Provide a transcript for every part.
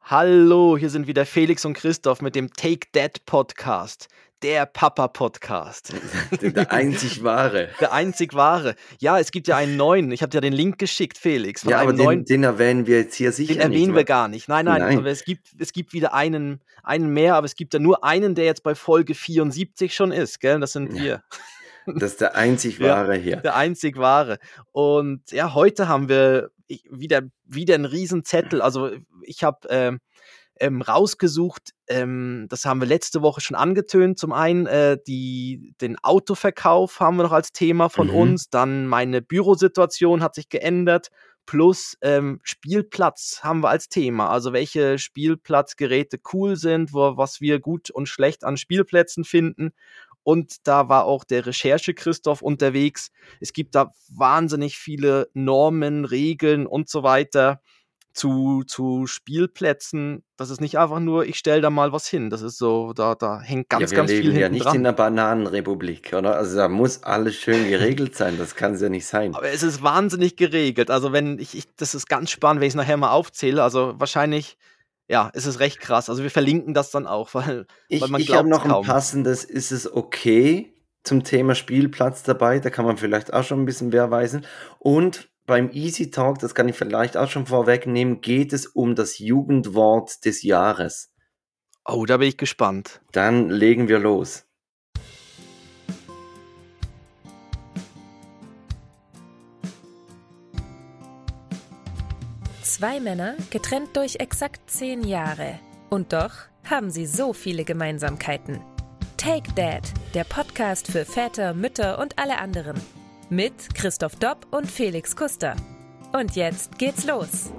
Hallo, hier sind wieder Felix und Christoph mit dem Take That Podcast, der Papa-Podcast. Der einzig wahre. Der einzig wahre. Ja, es gibt ja einen neuen. Ich habe dir den Link geschickt, Felix, von Ja, aber einem neuen. den erwähnen wir jetzt hier Den sicher nicht, erwähnen wir wa? gar nicht. Nein, Nein. aber es gibt wieder einen mehr, aber es gibt ja nur einen, der jetzt bei Folge 74 schon ist, gell? Das sind Ja, wir. das ist der einzig Ja, wahre hier. der einzig wahre. Und ja, heute haben wir wieder 'n Riesenzettel. Also, ich habe rausgesucht, das haben wir letzte Woche schon angetönt. Zum einen, den Autoverkauf haben wir noch als Thema von Mhm. uns, dann meine Bürosituation hat sich geändert, plus, Spielplatz haben wir als Thema. Also, welche Spielplatzgeräte cool sind, was wir gut und schlecht an Spielplätzen finden. Und da war auch der Recherche-Christoph unterwegs. Es gibt da wahnsinnig viele Normen, Regeln und so weiter zu Spielplätzen. Das ist nicht einfach nur: „Ich stelle da mal was hin.“ Das ist so, da hängt Ja, ganz, wir ganz viel leben ja hinten nicht in dran. 'ner Bananenrepublik, oder? Also, da muss alles schön geregelt sein, das kann's ja nicht sein. Aber es ist wahnsinnig geregelt. Also, wenn ich das ist ganz spannend, wenn ich's nachher mal aufzähle. Also, wahrscheinlich, ja, ist es recht krass. Also, wir verlinken das dann auch, weil man Ich habe glaubt's noch 'n kaum. passendes „Ist es okay?“ zum Thema Spielplatz dabei, da kann man vielleicht auch schon 'n bisschen werweisen. Und beim Easy Talk, das kann ich vielleicht auch schon vorwegnehmen, geht es um das Jugendwort des Jahres. Oh, da bin ich gespannt. Dann legen wir los. Zwei Männer, getrennt durch exakt 10 Jahre. Und doch haben sie so viele Gemeinsamkeiten. Take That, der Podcast für Väter, Mütter und alle anderen. Mit Christoph Dopp und Felix Kuster. Und jetzt geht's los.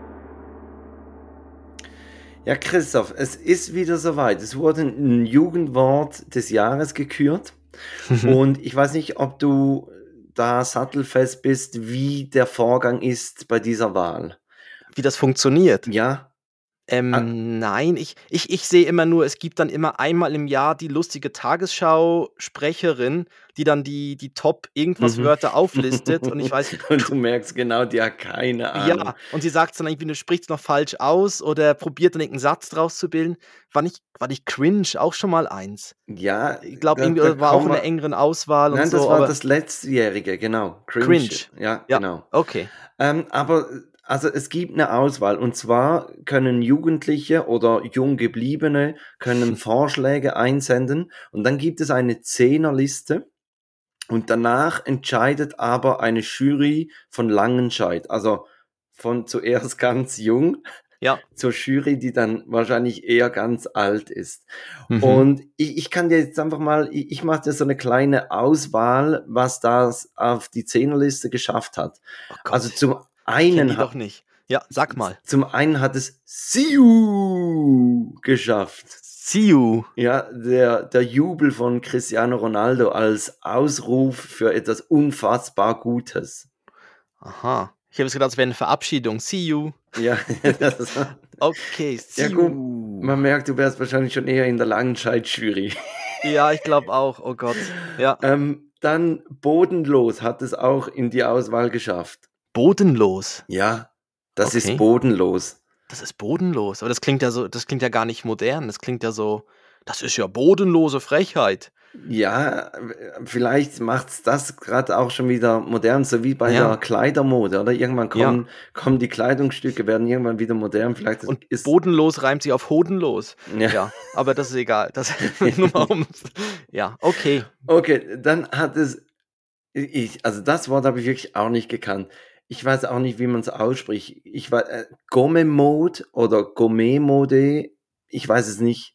Ja, Christoph, es ist wieder soweit. Es wurde ein Jugendwort des Jahres gekürt. Und ich weiß nicht, ob du da sattelfest bist, wie der Vorgang ist bei dieser Wahl. Wie das funktioniert? Ja? Nein, ich sehe immer nur, es gibt dann immer einmal im Jahr die lustige Tagesschau-Sprecherin, die dann die Top irgendwas Mhm. Wörter auflistet und ich weiß Und du merkst genau, die hat keine Ahnung. ja, und sie sagt's dann irgendwie, du sprichst noch falsch aus oder probiert dann irgend 'n Satz draus zu bilden. War nicht cringe auch schon mal eins? Ja, Ich glaube irgendwie, da war auch kommen in 'ner wir. engeren Auswahl und Nein, das so, war aber das Letztjährige, genau. Cringe. cringe. Ja, Ja, genau. okay. Aber also es gibt eine Auswahl und zwar können Jugendliche oder Junggebliebene können Vorschläge einsenden und dann gibt es eine Zehnerliste und danach entscheidet aber eine Jury von Langenscheidt, also von zuerst ganz jung Ja. zur Jury, die dann wahrscheinlich eher ganz alt ist. Mhm. Und ich kann dir jetzt einfach mal ich mache dir so eine kleine Auswahl, was das auf die Zehnerliste geschafft hat. Oh Also, Gott, ich kenne die doch nicht. Ja, sag mal. zum einen hat es Siu geschafft. Siu. Ja, der Jubel von Cristiano Ronaldo als Ausruf für etwas unfassbar Gutes. Aha. Ich habe jetzt gedacht, es wäre 'ne Verabschiedung. See you. Ja, das Okay, ja see gut, you. man merkt, du wärst wahrscheinlich schon eher in der Langenscheidt-Jury. Ja, ich glaube auch. Oh Gott. Ja. Dann Bodenlos hat es auch in die Auswahl geschafft. Bodenlos. Ja, das ist Okay. bodenlos. Das ist bodenlos. Aber das klingt ja gar nicht modern. Das klingt ja so: „Das ist ja bodenlose Frechheit.“ Ja, vielleicht macht's das gerade auch schon wieder modern, so wie bei der Ja, Kleidermode, oder? Irgendwann ja. kommen die Kleidungsstücke werden irgendwann wieder modern. Vielleicht Und ist bodenlos reimt sich auf hodenlos. ja. Ja, aber das ist egal. Das nur mal ja, okay. Okay, dann hat es also das Wort habe ich wirklich auch nicht gekannt. Ich weiß auch nicht, wie man's ausspricht. Gomme-Mode oder Gourmet-Mode, ich weiß es nicht.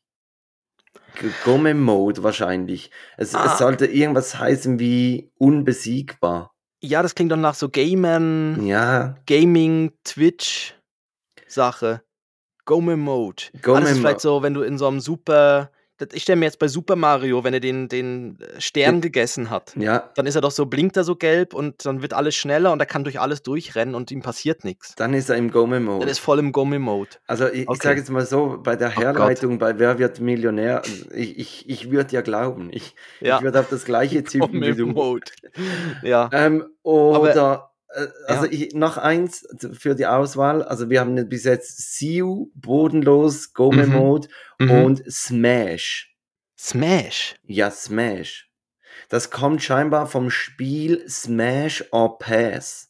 Gomme-Mode wahrscheinlich. Es Ah, sollte irgendwas heißen wie unbesiegbar. ja, das klingt doch nach so Gamern, Ja, Gaming, Twitch-Sache. Gourmet Mode. Ah, das ist Gomme-Mo vielleicht so, wenn du in so 'nem Super ich stelle mir jetzt bei Super Mario, wenn er den Stern gegessen hat, ja, dann ist er doch so blinkt er so gelb und dann wird alles schneller und er kann durch alles durchrennen und ihm passiert nix. dann ist er im Der ist Gomme-Mode. voll im Gourmet Mode. Also, ich sage Okay. jetzt mal so, bei der Oh Gott. Herleitung bei „Wer wird Millionär“, ich würde ja glauben. Ich Ja, würde auf das Gleiche tippen wie Gourmet du. Mode. Ja, aber Oder, Also Ja. noch eins für die Auswahl. Also wir haben bis jetzt Siu, Bodenlos, Gourmet Mhm. Mode Mhm. und Smash. Smash. Ja, Smash. Das kommt scheinbar vom Spiel Smash or Pass.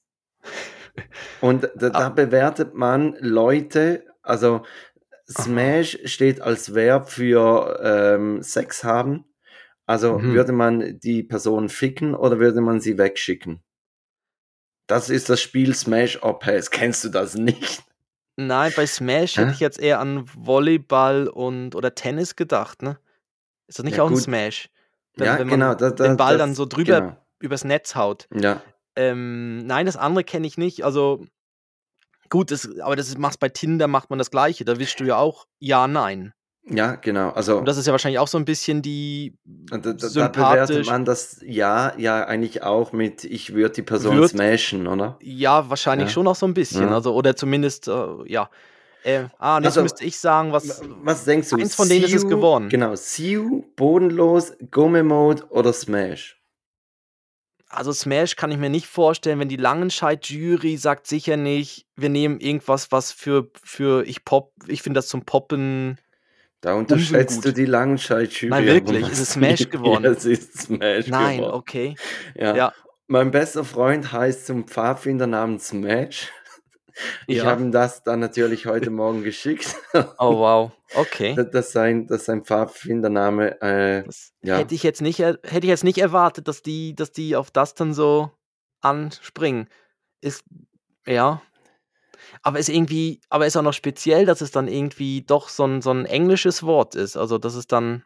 Und da bewertet man Leute, also Smash steht als Verb für Sex haben. Also Mhm. würde man die Person ficken oder würde man sie wegschicken? Das ist das Spiel Smash or Pass. Kennst du das nicht? Nein, bei Smash hätte Hä? ich jetzt eher an Volleyball oder Tennis gedacht, ne? Ist das nicht Ja, auch 'n gut. Smash? Ja, Wenn genau, man den Ball dann das, so drüber genau. übers Netz haut. Ja, Nein, das andere kenne ich nicht. Also, gut, aber das machst bei Tinder macht man das Gleiche. Da wischst du ja auch ja, nein. ja, genau. Und Also das ist ja wahrscheinlich auch so 'n bisschen die da bewertet sympathisch man das ja eigentlich auch mit, ich würde die Person wird smashen, oder? ja, wahrscheinlich Ja, schon auch so 'n bisschen. ja. Also, oder zumindest, ja. Und jetzt Also, müsste ich sagen, was denkst du? eins von denen ist es Siu, geworden. genau, Siu, Bodenlos, Gourmet Mode oder Smash? Also, Smash kann ich mir nicht vorstellen, wenn die Langenscheidt-Jury sagt sicher nicht: „Wir nehmen irgendwas, was für ich finde das zum Poppen Da Unsinn unterschätzt du gut." die Nein, Langenscheidt-Jury aber wirklich? Ist es Smash massiv. Ja, geworden? es ist Smash Nein, geworden. okay. Ja. Ja, Mein bester Freund heißt zum Pfadfinder namens Smash. Ich ja. habe ihm das dann natürlich heute Morgen geschickt. Oh, wow. Okay. Dass sein Pfadfindername, Das ja. hätte ich jetzt nicht erwartet, dass die auf das dann so anspringen. Ist ja, aber ist auch noch speziell, dass es dann irgendwie doch so 'n englisches Wort ist. Also, dass es dann,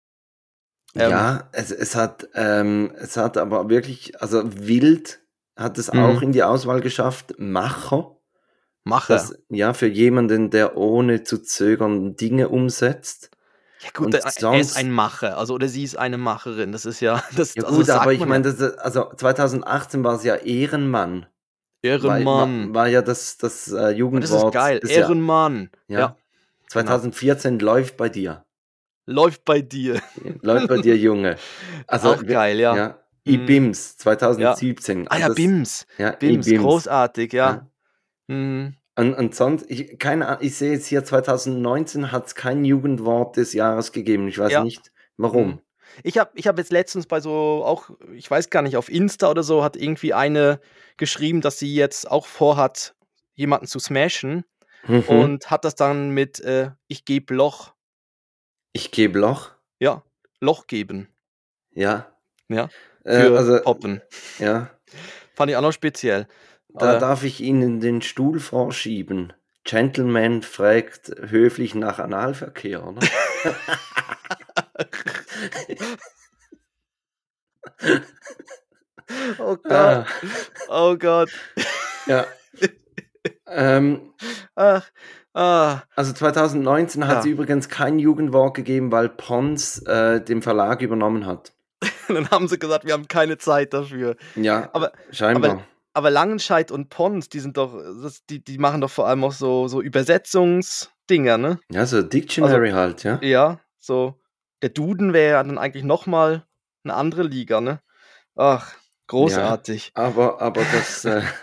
ähm Ja, es hat aber wirklich, also Wild hat es auch mhm, in die Auswahl geschafft. Macher, Macher. das, ja, für jemanden, der ohne zu zögern Dinge umsetzt. Ja gut, Und er ist ein sonst, Macher, also oder sie ist eine Macherin. Das ist ja ja das gut, aber sagt ich man ja. meine, also 2018 war es ja Ehrenmann, Ehrenmann. war ja das Oh, das ist Jugendwort geil. des Jahr. Ehrenmann. Ja, Ja, genau. 2014 läuft bei dir. Läuft bei dir. Läuft bei dir, Junge. Also, Auch geil, ja. ja, Mhm. IBIMS Ja. 2017. Ah ja, BIMS. Ja, BIMS, IBIMS. großartig, ja. Ja. Mhm. Und sonst, ich sehe jetzt hier 2019 hat es kein Jugendwort des Jahres gegeben. Ich weiß Ja. nicht, Mhm. warum. Ich habe jetzt letztens bei so auch ich weiß gar nicht, auf Insta oder so hat irgendwie eine geschrieben, dass sie jetzt auch vorhat, jemanden zu smashen Mhm. und hat das dann mit, „Ich gebe Loch", Ich gebe Loch. ja, Loch geben, Ja. ja, für Also, Poppen. ja. Fand ich auch noch speziell. Da Aber darf ich Ihnen den Stuhl vorschieben. Gentleman fragt höflich nach Analverkehr, oder? oh Gott, Ah, oh Gott. ja. Ähm, Ach, ah, also 2019 hat es ja. übrigens kein Jugendwort gegeben, weil Pons den Verlag übernommen hat. Dann haben sie gesagt: „Wir haben keine Zeit dafür." Ja, Aber aber scheinbar. aber Langenscheidt und Pons, die sind doch die machen doch vor allem auch so Übersetzungsdinger, ne? Ja, so Also, Dictionary halt, ja. ja, so der Duden wäre ja dann eigentlich noch mal 'ne andere Liga, ne? Ach, Ja, großartig. aber das,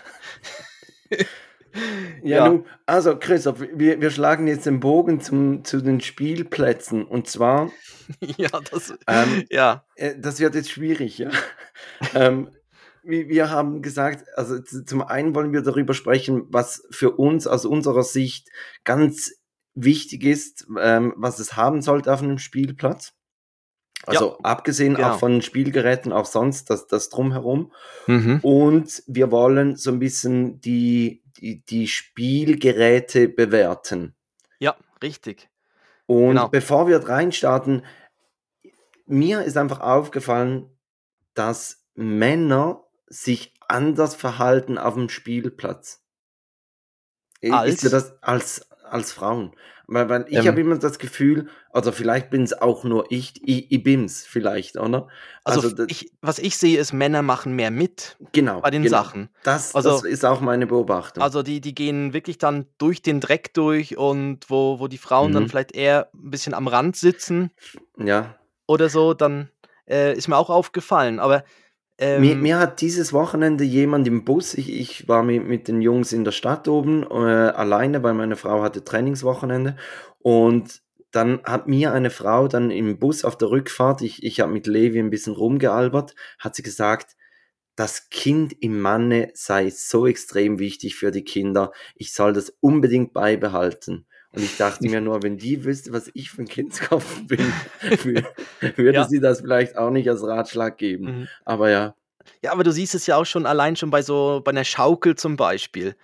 ja, Ja, nun, also Christoph, wir schlagen jetzt den Bogen zu den Spielplätzen. Und zwar, ja, das ähm, ja, das wird jetzt schwierig, ja. Ähm, wir haben gesagt, also zum einen wollen wir darüber sprechen, was für uns aus unserer Sicht ganz wichtig ist, was es haben sollte auf einem Spielplatz. ja, Also abgesehen auch genau. von Spielgeräten, auch sonst das Drumherum. Mhm. Und wir wollen so ein bisschen die Spielgeräte bewerten. Ja, richtig, Und genau. bevor wir reinstarten, mir ist einfach aufgefallen, dass Männer sich anders verhalten auf dem Spielplatz. Ist dir Als, das als Frauen? Weil ich habe ähm immer das Gefühl, oder vielleicht bin es auch nur ich bin's vielleicht, oder? also, Also, f was ich sehe, ist, Männer machen mehr mit bei den genau. Sachen. Das Also ist auch meine Beobachtung. die gehen wirklich dann durch den Dreck durch und wo die Frauen dann Mhm. vielleicht eher 'n bisschen am Rand sitzen Ja. oder so, dann, ist mir auch aufgefallen. Aber, Mir hat dieses Wochenende jemand im Bus, ich war mit den Jungs in der Stadt oben, alleine, weil meine Frau hatte Trainingswochenende. Und dann hat mir eine Frau dann im Bus auf der Rückfahrt, ich habe mit Levi ein bisschen rumgealbert, hat sie gesagt, das Kind im Manne sei so extrem wichtig für die Kinder. Ich soll das unbedingt beibehalten. Und ich dachte mir nur, wenn die wüsste, was ich für ein Kindskopf bin, würde Ja. sie das vielleicht auch nicht als Ratschlag geben. Mhm. Aber ja, Ja, aber du siehst es ja auch schon allein schon bei 'ner Schaukel zum Beispiel.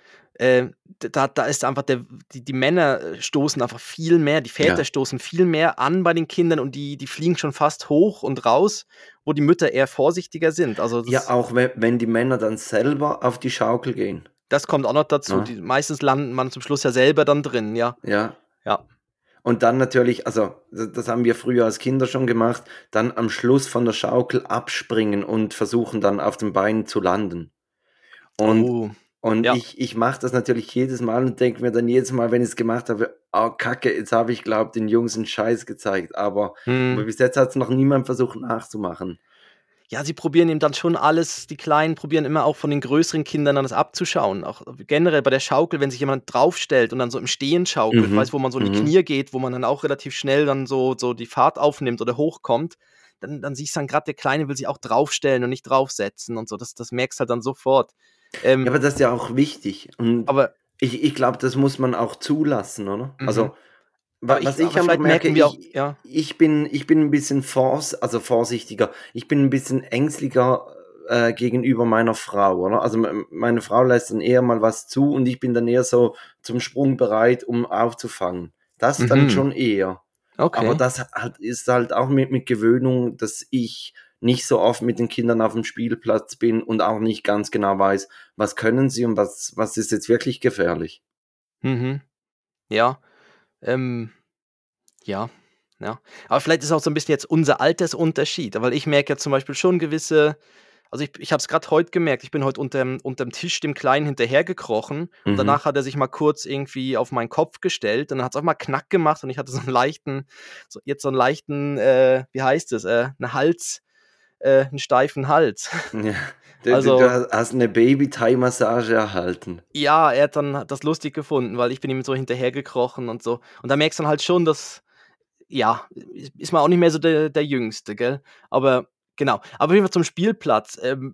Da ist einfach die Männer stoßen einfach viel mehr, die Väter ja. stoßen viel mehr an bei den Kindern und die fliegen schon fast hoch und raus, wo die Mütter eher vorsichtiger sind. Also, Ja, auch wenn die Männer dann selber auf die Schaukel gehen. das kommt auch noch dazu. Ne? Meistens landet man zum Schluss ja selber dann drin, ja. Ja. Ja. Und dann natürlich, also das haben wir früher als Kinder schon gemacht, dann am Schluss von der Schaukel abspringen und versuchen dann auf den Beinen zu landen. Und, Oh, und ja. ich mache das natürlich jedes Mal und denke mir dann jedes Mal, wenn ich es gemacht habe, oh Kacke, jetzt habe ich, glaube den Jungs einen Scheiß gezeigt. Aber Mhm. bis jetzt hat es noch niemand versucht nachzumachen. Ja, sie probieren eben dann schon alles, die Kleinen probieren immer auch von den größeren Kindern dann das abzuschauen. Auch generell bei der Schaukel, wenn sich jemand draufstellt und dann so im Stehen schaukelt, weißt, wo man so in die Knie geht, wo man dann auch relativ schnell dann so die Fahrt aufnimmt oder hochkommt, dann siehst du dann grad, der Kleine will sich auch draufstellen und nicht draufsetzen und so. Das merkst halt dann sofort. Ja, aber das ist ja auch wichtig. Und Aber ich glaube, das muss man auch zulassen, oder? mhm. Also, Aber was ich aber einfach vielleicht merke, merken wir auch, ja. ich bin ein bisschen vorsichtiger. Ich bin ein bisschen ängstlicher gegenüber meiner Frau, oder? Also meine Frau lässt dann eher mal was zu und ich bin dann eher so zum Sprung bereit, um aufzufangen. Das dann Mhm. schon eher. Aber Okay. das ist halt auch mit Gewöhnung, dass ich nicht so oft mit den Kindern auf dem Spielplatz bin und auch nicht ganz genau weiß, was können sie und was ist jetzt wirklich gefährlich. Mhm. Ja. Ähm, ja, ja. Aber vielleicht ist auch so 'n bisschen jetzt unser Altersunterschied, weil ich merke ja zum Beispiel schon gewisse, also, ich habe es grad heute gemerkt, ich bin heute unterm Tisch dem Kleinen hinterhergekrochen und Mhm. danach hat er sich mal kurz irgendwie auf meinen Kopf gestellt und dann hat's auch mal Knack gemacht und ich hatte so 'n leichten, wie heißt es, 'n steifen Hals. Ja. Du Also, hast eine Baby-Thai-Massage erhalten. ja, er hat das lustig gefunden, weil ich bin ihm so hinterhergekrochen und so. Und da merkst du dann halt schon, dass, ja, ist man auch nicht mehr so der Jüngste, gell? Aber genau. Aber auf jeden Fall zum Spielplatz.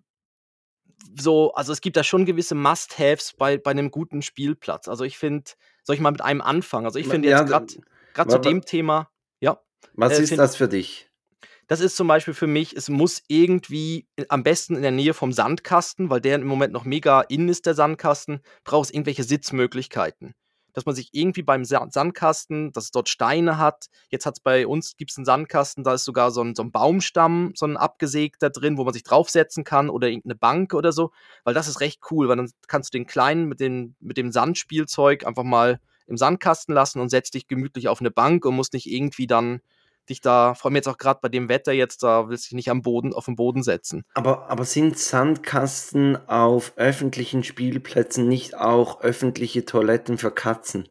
Also, es gibt da schon gewisse Must-haves bei 'nem guten Spielplatz. Also, ich finde, soll ich mal mit einem anfangen? Also, ich finde Ja, jetzt grad zu wa wa dem Thema, ja, was ist finde das für dich? das ist zum Beispiel für mich, es muss irgendwie am besten in der Nähe vom Sandkasten, weil der im Moment noch mega in ist, der Sandkasten, braucht es irgendwelche Sitzmöglichkeiten. Dass man sich irgendwie beim Sandkasten, dass es dort Steine hat. Jetzt hat's bei uns, gibt's 'n Sandkasten, da ist sogar so 'n Baumstamm, so 'n abgesägter drin, wo man sich draufsetzen kann oder irgend 'ne Bank oder so, weil das ist recht cool, weil dann kannst du den Kleinen mit dem Sandspielzeug einfach mal im Sandkasten lassen und setzt dich gemütlich auf 'ne Bank und musst nicht irgendwie dann dich da, vor allem jetzt auch grad bei dem Wetter jetzt, da willst du dich nicht auf 'n Boden setzen. Aber sind Sandkasten auf öffentlichen Spielplätzen nicht auch öffentliche Toiletten für Katzen?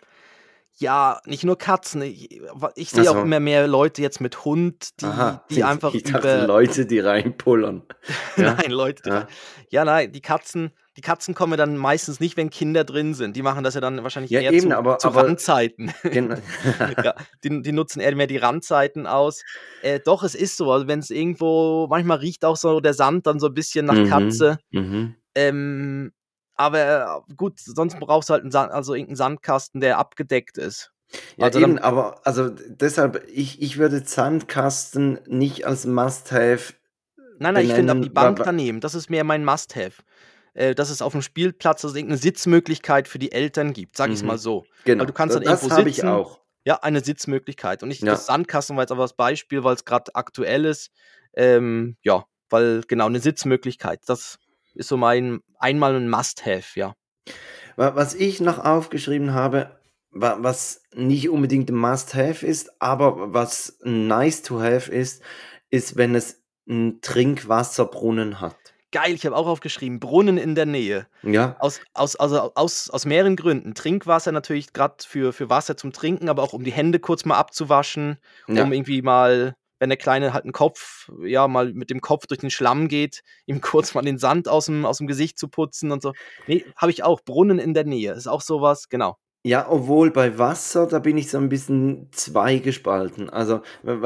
Ja, nicht nur Katzen. Ich sehe auch Also, immer mehr Leute jetzt mit Hund, die aha, die einfach ich dachte über Leute, die reinpullern. Ja, nein, Leute, die rein, ja. ja, nein, die Katzen kommen ja dann meistens nicht, wenn Kinder drin sind. Die machen das ja dann wahrscheinlich Ja, eher eben, zu aber Randzeiten. gen Ja, die nutzen eher mehr die Randzeiten aus. Doch, es ist so. Also, wenn's irgendwo, manchmal riecht auch so der Sand dann so 'n bisschen nach Mhm, Katze. mhm. Ähm, aber gut, sonst brauchst du halt 'n irgend 'n Sandkasten, der abgedeckt ist. Ja, Also, eben, dann, aber also deshalb, ich würde Sandkasten nicht als Must-have nein, nein, ich finde aber die benennen, Bank daneben, das ist mehr mein Must-have. Dass es aufm Spielplatz, dass es irgend 'ne Sitzmöglichkeit für die Eltern gibt, sage ich's mal mhm, so. Weil du genau, kannst dann irgendwo das habe ich sitzen, auch. ja, eine Sitzmöglichkeit. Und ich, das Ja. Sandkasten war jetzt aber das Beispiel, weil's grad aktuell ist. Ja, weil genau, 'ne Sitzmöglichkeit, das ist so mein einmal 'n Must-have, ja. Was ich noch aufgeschrieben habe, was nicht unbedingt ein Must-have ist, aber was nice to have ist, wenn es einen Trinkwasserbrunnen hat. Geil, ich habe auch aufgeschrieben, Brunnen in der Nähe. Ja, Aus mehreren Gründen. Trinkwasser natürlich grad für Wasser zum Trinken, aber auch um die Hände kurz mal abzuwaschen, um ja. irgendwie mal, wenn der Kleine halt mal mit dem Kopf durch den Schlamm geht, ihm kurz mal den Sand aus dem Gesicht zu putzen und so. Nee, habe ich auch. Brunnen in der Nähe. Ist auch sowas, genau. Ja, obwohl bei Wasser, da bin ich so ein bisschen zweigespalten. Also,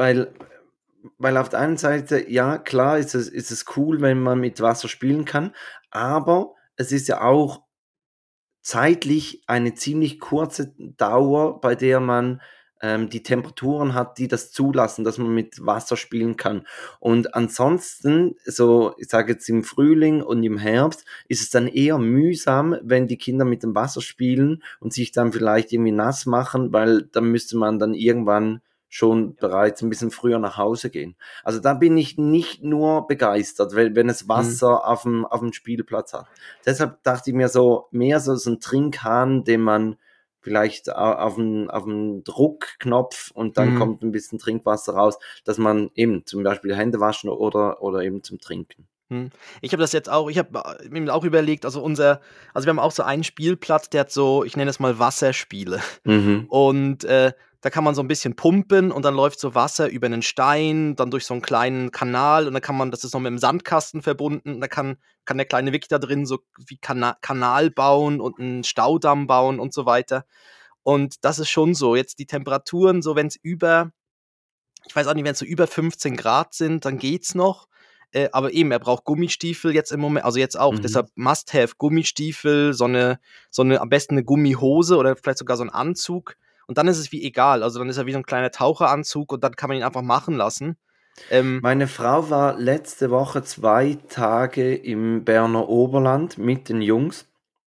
weil auf der einen Seite, ja, klar ist es cool, wenn man mit Wasser spielen kann, aber es ist ja auch zeitlich eine ziemlich kurze Dauer, bei der man die Temperaturen hat, die das zulassen, dass man mit Wasser spielen kann. Und ansonsten, so, ich sage jetzt im Frühling und im Herbst, ist es dann eher mühsam, wenn die Kinder mit dem Wasser spielen und sich dann vielleicht irgendwie nass machen, weil dann müsste man dann irgendwann schon bereits ein bisschen früher nach Hause gehen. Also da bin ich nicht nur begeistert, wenn es Wasser auf dem Spielplatz hat. Deshalb dachte ich mir so, mehr so ein Trinkhahn, den man vielleicht auf den Druckknopf und dann kommt ein bisschen Trinkwasser raus, dass man eben zum Beispiel Hände waschen oder eben zum Trinken. Ich habe mir auch überlegt, also wir haben auch so einen Spielplatz, der hat so, ich nenne es mal Wasserspiele. Mhm. Und da kann man so ein bisschen pumpen und dann läuft so Wasser über einen Stein, dann durch so einen kleinen Kanal und dann kann man, das ist noch mit dem Sandkasten verbunden, und da kann der Kleine wirklich da drin so wie Kanal bauen und einen Staudamm bauen und so weiter. Und das ist schon so. Jetzt die Temperaturen, so wenn es ich weiß auch nicht, wenn es so über 15 Grad sind, dann geht's noch. Aber eben, er braucht Gummistiefel jetzt im Moment, also jetzt auch, deshalb Must-have Gummistiefel, so eine am besten eine Gummihose oder vielleicht sogar so ein Anzug. Und dann ist es wie egal, also dann ist er wie so ein kleiner Taucheranzug und dann kann man ihn einfach machen lassen. Meine Frau war letzte Woche 2 Tage im Berner Oberland mit den Jungs.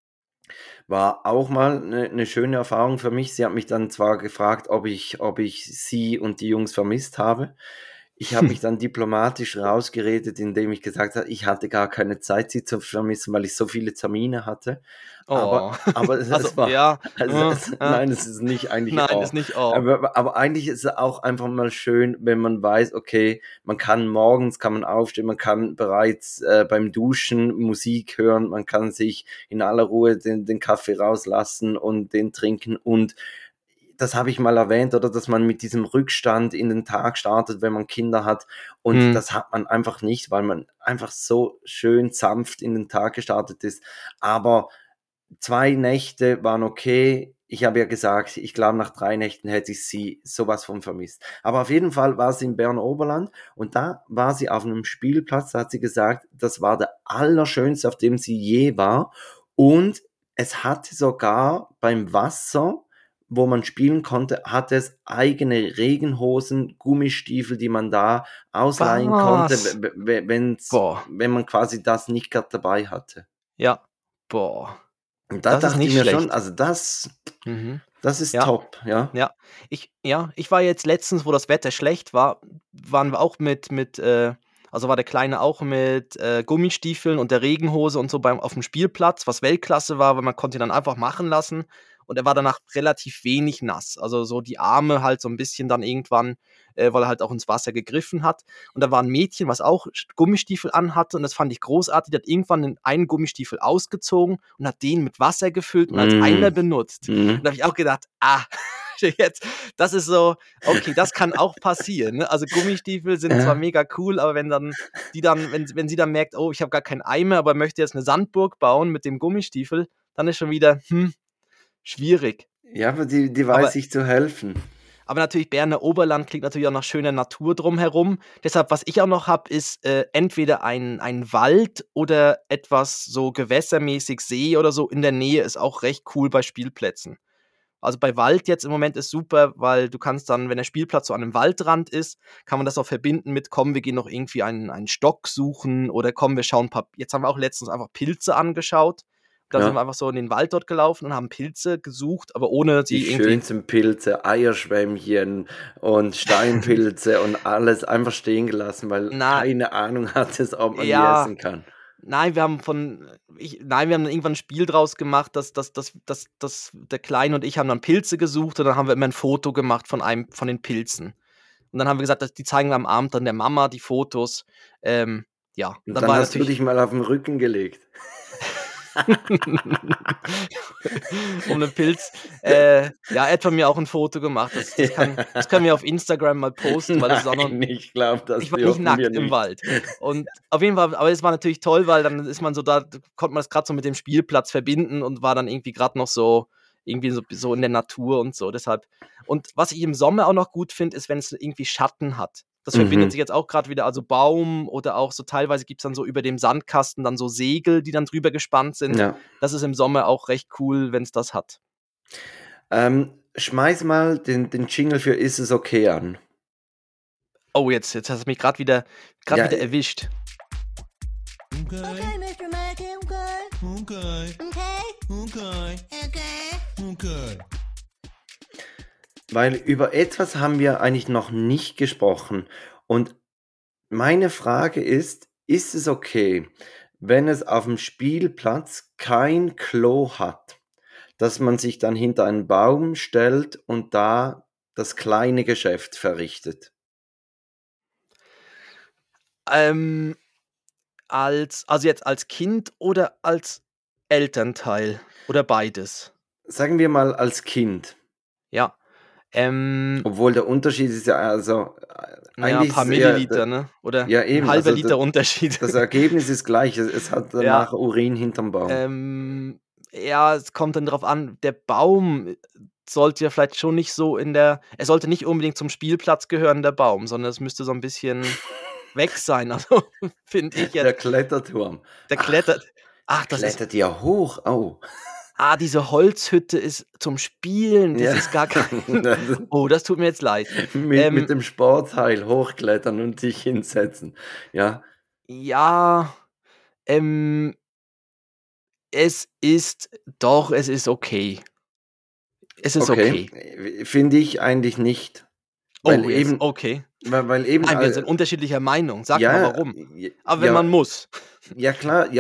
War auch mal eine schöne Erfahrung für mich. Sie hat mich dann zwar gefragt, ob ich sie und die Jungs vermisst habe. Ich habe mich dann diplomatisch rausgeredet, indem ich gesagt habe, ich hatte gar keine Zeit, sie zu vermissen, weil ich so viele Termine hatte. Oh. Aber es Also, war, ja. nein, es ist nicht eigentlich Nein, ist nicht oh. Aber eigentlich ist es auch einfach mal schön, wenn man weiß, okay, morgens kann man aufstehen, man kann bereits beim Duschen Musik hören, man kann sich in aller Ruhe den Kaffee rauslassen und den trinken, und das habe ich mal erwähnt, oder dass man mit diesem Rückstand in den Tag startet, wenn man Kinder hat, und das hat man einfach nicht, weil man einfach so schön sanft in den Tag gestartet ist. Aber 2 Nächte waren okay. Ich habe ja gesagt, ich glaube, nach 3 Nächten hätte ich sie sowas von vermisst. Aber auf jeden Fall war sie im Berner Oberland und da war sie auf einem Spielplatz, da hat sie gesagt, das war der allerschönste, auf dem sie je war, und es hatte sogar beim Wasser, wo man spielen konnte, hatte es eigene Regenhosen, Gummistiefel, die man da ausleihen konnte, Was? Boah. wenn man quasi das nicht gerade dabei hatte. Ja. Boah. Und da Das ist dachte ich nicht mir schlecht. schon, also das ist Ja. top, ja. Ja. Ich war jetzt letztens, wo das Wetter schlecht war, waren wir auch also war der Kleine auch mit Gummistiefeln und der Regenhose und so auf dem Spielplatz, was Weltklasse war, weil man konnte ihn dann einfach machen lassen. Und er war danach relativ wenig nass. Also so die Arme halt so ein bisschen dann irgendwann, weil er halt auch ins Wasser gegriffen hat. Und da war ein Mädchen, was auch Gummistiefel anhatte. Und das fand ich großartig. Die hat irgendwann einen Gummistiefel ausgezogen und hat den mit Wasser gefüllt und als Eimer benutzt. Und da habe ich auch gedacht, jetzt, das ist so, okay, das kann auch passieren. Ne? Also Gummistiefel sind zwar mega cool, aber wenn sie dann merkt, oh, ich habe gar keinen Eimer, aber möchte jetzt eine Sandburg bauen mit dem Gummistiefel, dann ist schon wieder, schwierig. Ja, aber die weiß sich zu helfen. Aber natürlich, Berner Oberland klingt natürlich auch nach schöner Natur drumherum. Deshalb, was ich auch noch habe, ist entweder ein Wald oder etwas so gewässermäßig, See oder so in der Nähe, ist auch recht cool bei Spielplätzen. Also bei Wald jetzt im Moment ist super, weil du kannst dann, wenn der Spielplatz so an einem Waldrand ist, kann man das auch verbinden mit, komm, wir gehen noch irgendwie einen Stock suchen oder komm, wir schauen jetzt haben wir auch letztens einfach Pilze angeschaut. Da sind wir einfach so in den Wald dort gelaufen und haben Pilze gesucht, aber ohne sie Die irgendwie... schönsten Pilze, Eierschwämmchen und Steinpilze und alles einfach stehen gelassen, weil keine Ahnung hattest, ob man die essen kann. Nein, wir haben dann irgendwann ein Spiel draus gemacht, dass der Kleine und ich haben dann Pilze gesucht und dann haben wir immer ein Foto gemacht von den Pilzen. Und dann haben wir gesagt, die zeigen wir am Abend dann der Mama die Fotos. Ja. Und dann hast du dich mal auf den Rücken gelegt. um einen Pilz. Ja, er hat von mir auch ein Foto gemacht. Das können wir auf Instagram mal posten, weil das ist auch noch. Nein, ich glaube, das Ich war nicht dürfen wir nackt im nicht. Wald. Und auf jeden Fall, aber es war natürlich toll, weil dann ist man so da, konnte man das gerade so mit dem Spielplatz verbinden und war dann irgendwie gerade noch so irgendwie so in der Natur und so. Deshalb. Und was ich im Sommer auch noch gut finde, ist, wenn es irgendwie Schatten hat. Das verbindet sich jetzt auch gerade wieder, also Baum oder auch so teilweise gibt es dann so über dem Sandkasten dann so Segel, die dann drüber gespannt sind. Ja. Das ist im Sommer auch recht cool, wenn es das hat. Schmeiß mal den Jingle für Ist es okay an. Oh, jetzt hast du mich gerade wieder Ja, erwischt. Okay, Mr. Mackey, okay. Okay. Okay. Okay. Okay. weil über etwas haben wir eigentlich noch nicht gesprochen. Und meine Frage ist es okay, wenn es auf dem Spielplatz kein Klo hat, dass man sich dann hinter einen Baum stellt und da das kleine Geschäft verrichtet? Also jetzt als Kind oder als Elternteil oder beides? Sagen wir mal als Kind. Ja. Obwohl der Unterschied ist ja, also Naja, ein eigentlich paar ist es eher, Milliliter, ne? Oder ja ein eben, halber also Liter Unterschied. das Ergebnis ist gleich, es hat danach Urin hinterm Baum. Ja, es kommt dann drauf an, der Baum sollte ja vielleicht schon nicht so er sollte nicht unbedingt zum Spielplatz gehören, der Baum, sondern es müsste so ein bisschen weg sein, also finde ich Der jetzt. Kletterturm. Der klettert. Ach, Der das ist. klettert ja hoch, oh. Diese Holzhütte ist zum Spielen. Das Ja. ist gar kein. Oh, das tut mir jetzt leid. Mit dem Sportteil hochklettern und sich hinsetzen. Ja, Ja, es ist okay. Es ist okay. Finde ich eigentlich nicht. Oh, Weil jetzt, eben, okay. weil eben, Nein, wir sind unterschiedlicher Meinung. Sag mal ja, warum. Aber wenn ja, man muss. ja klar,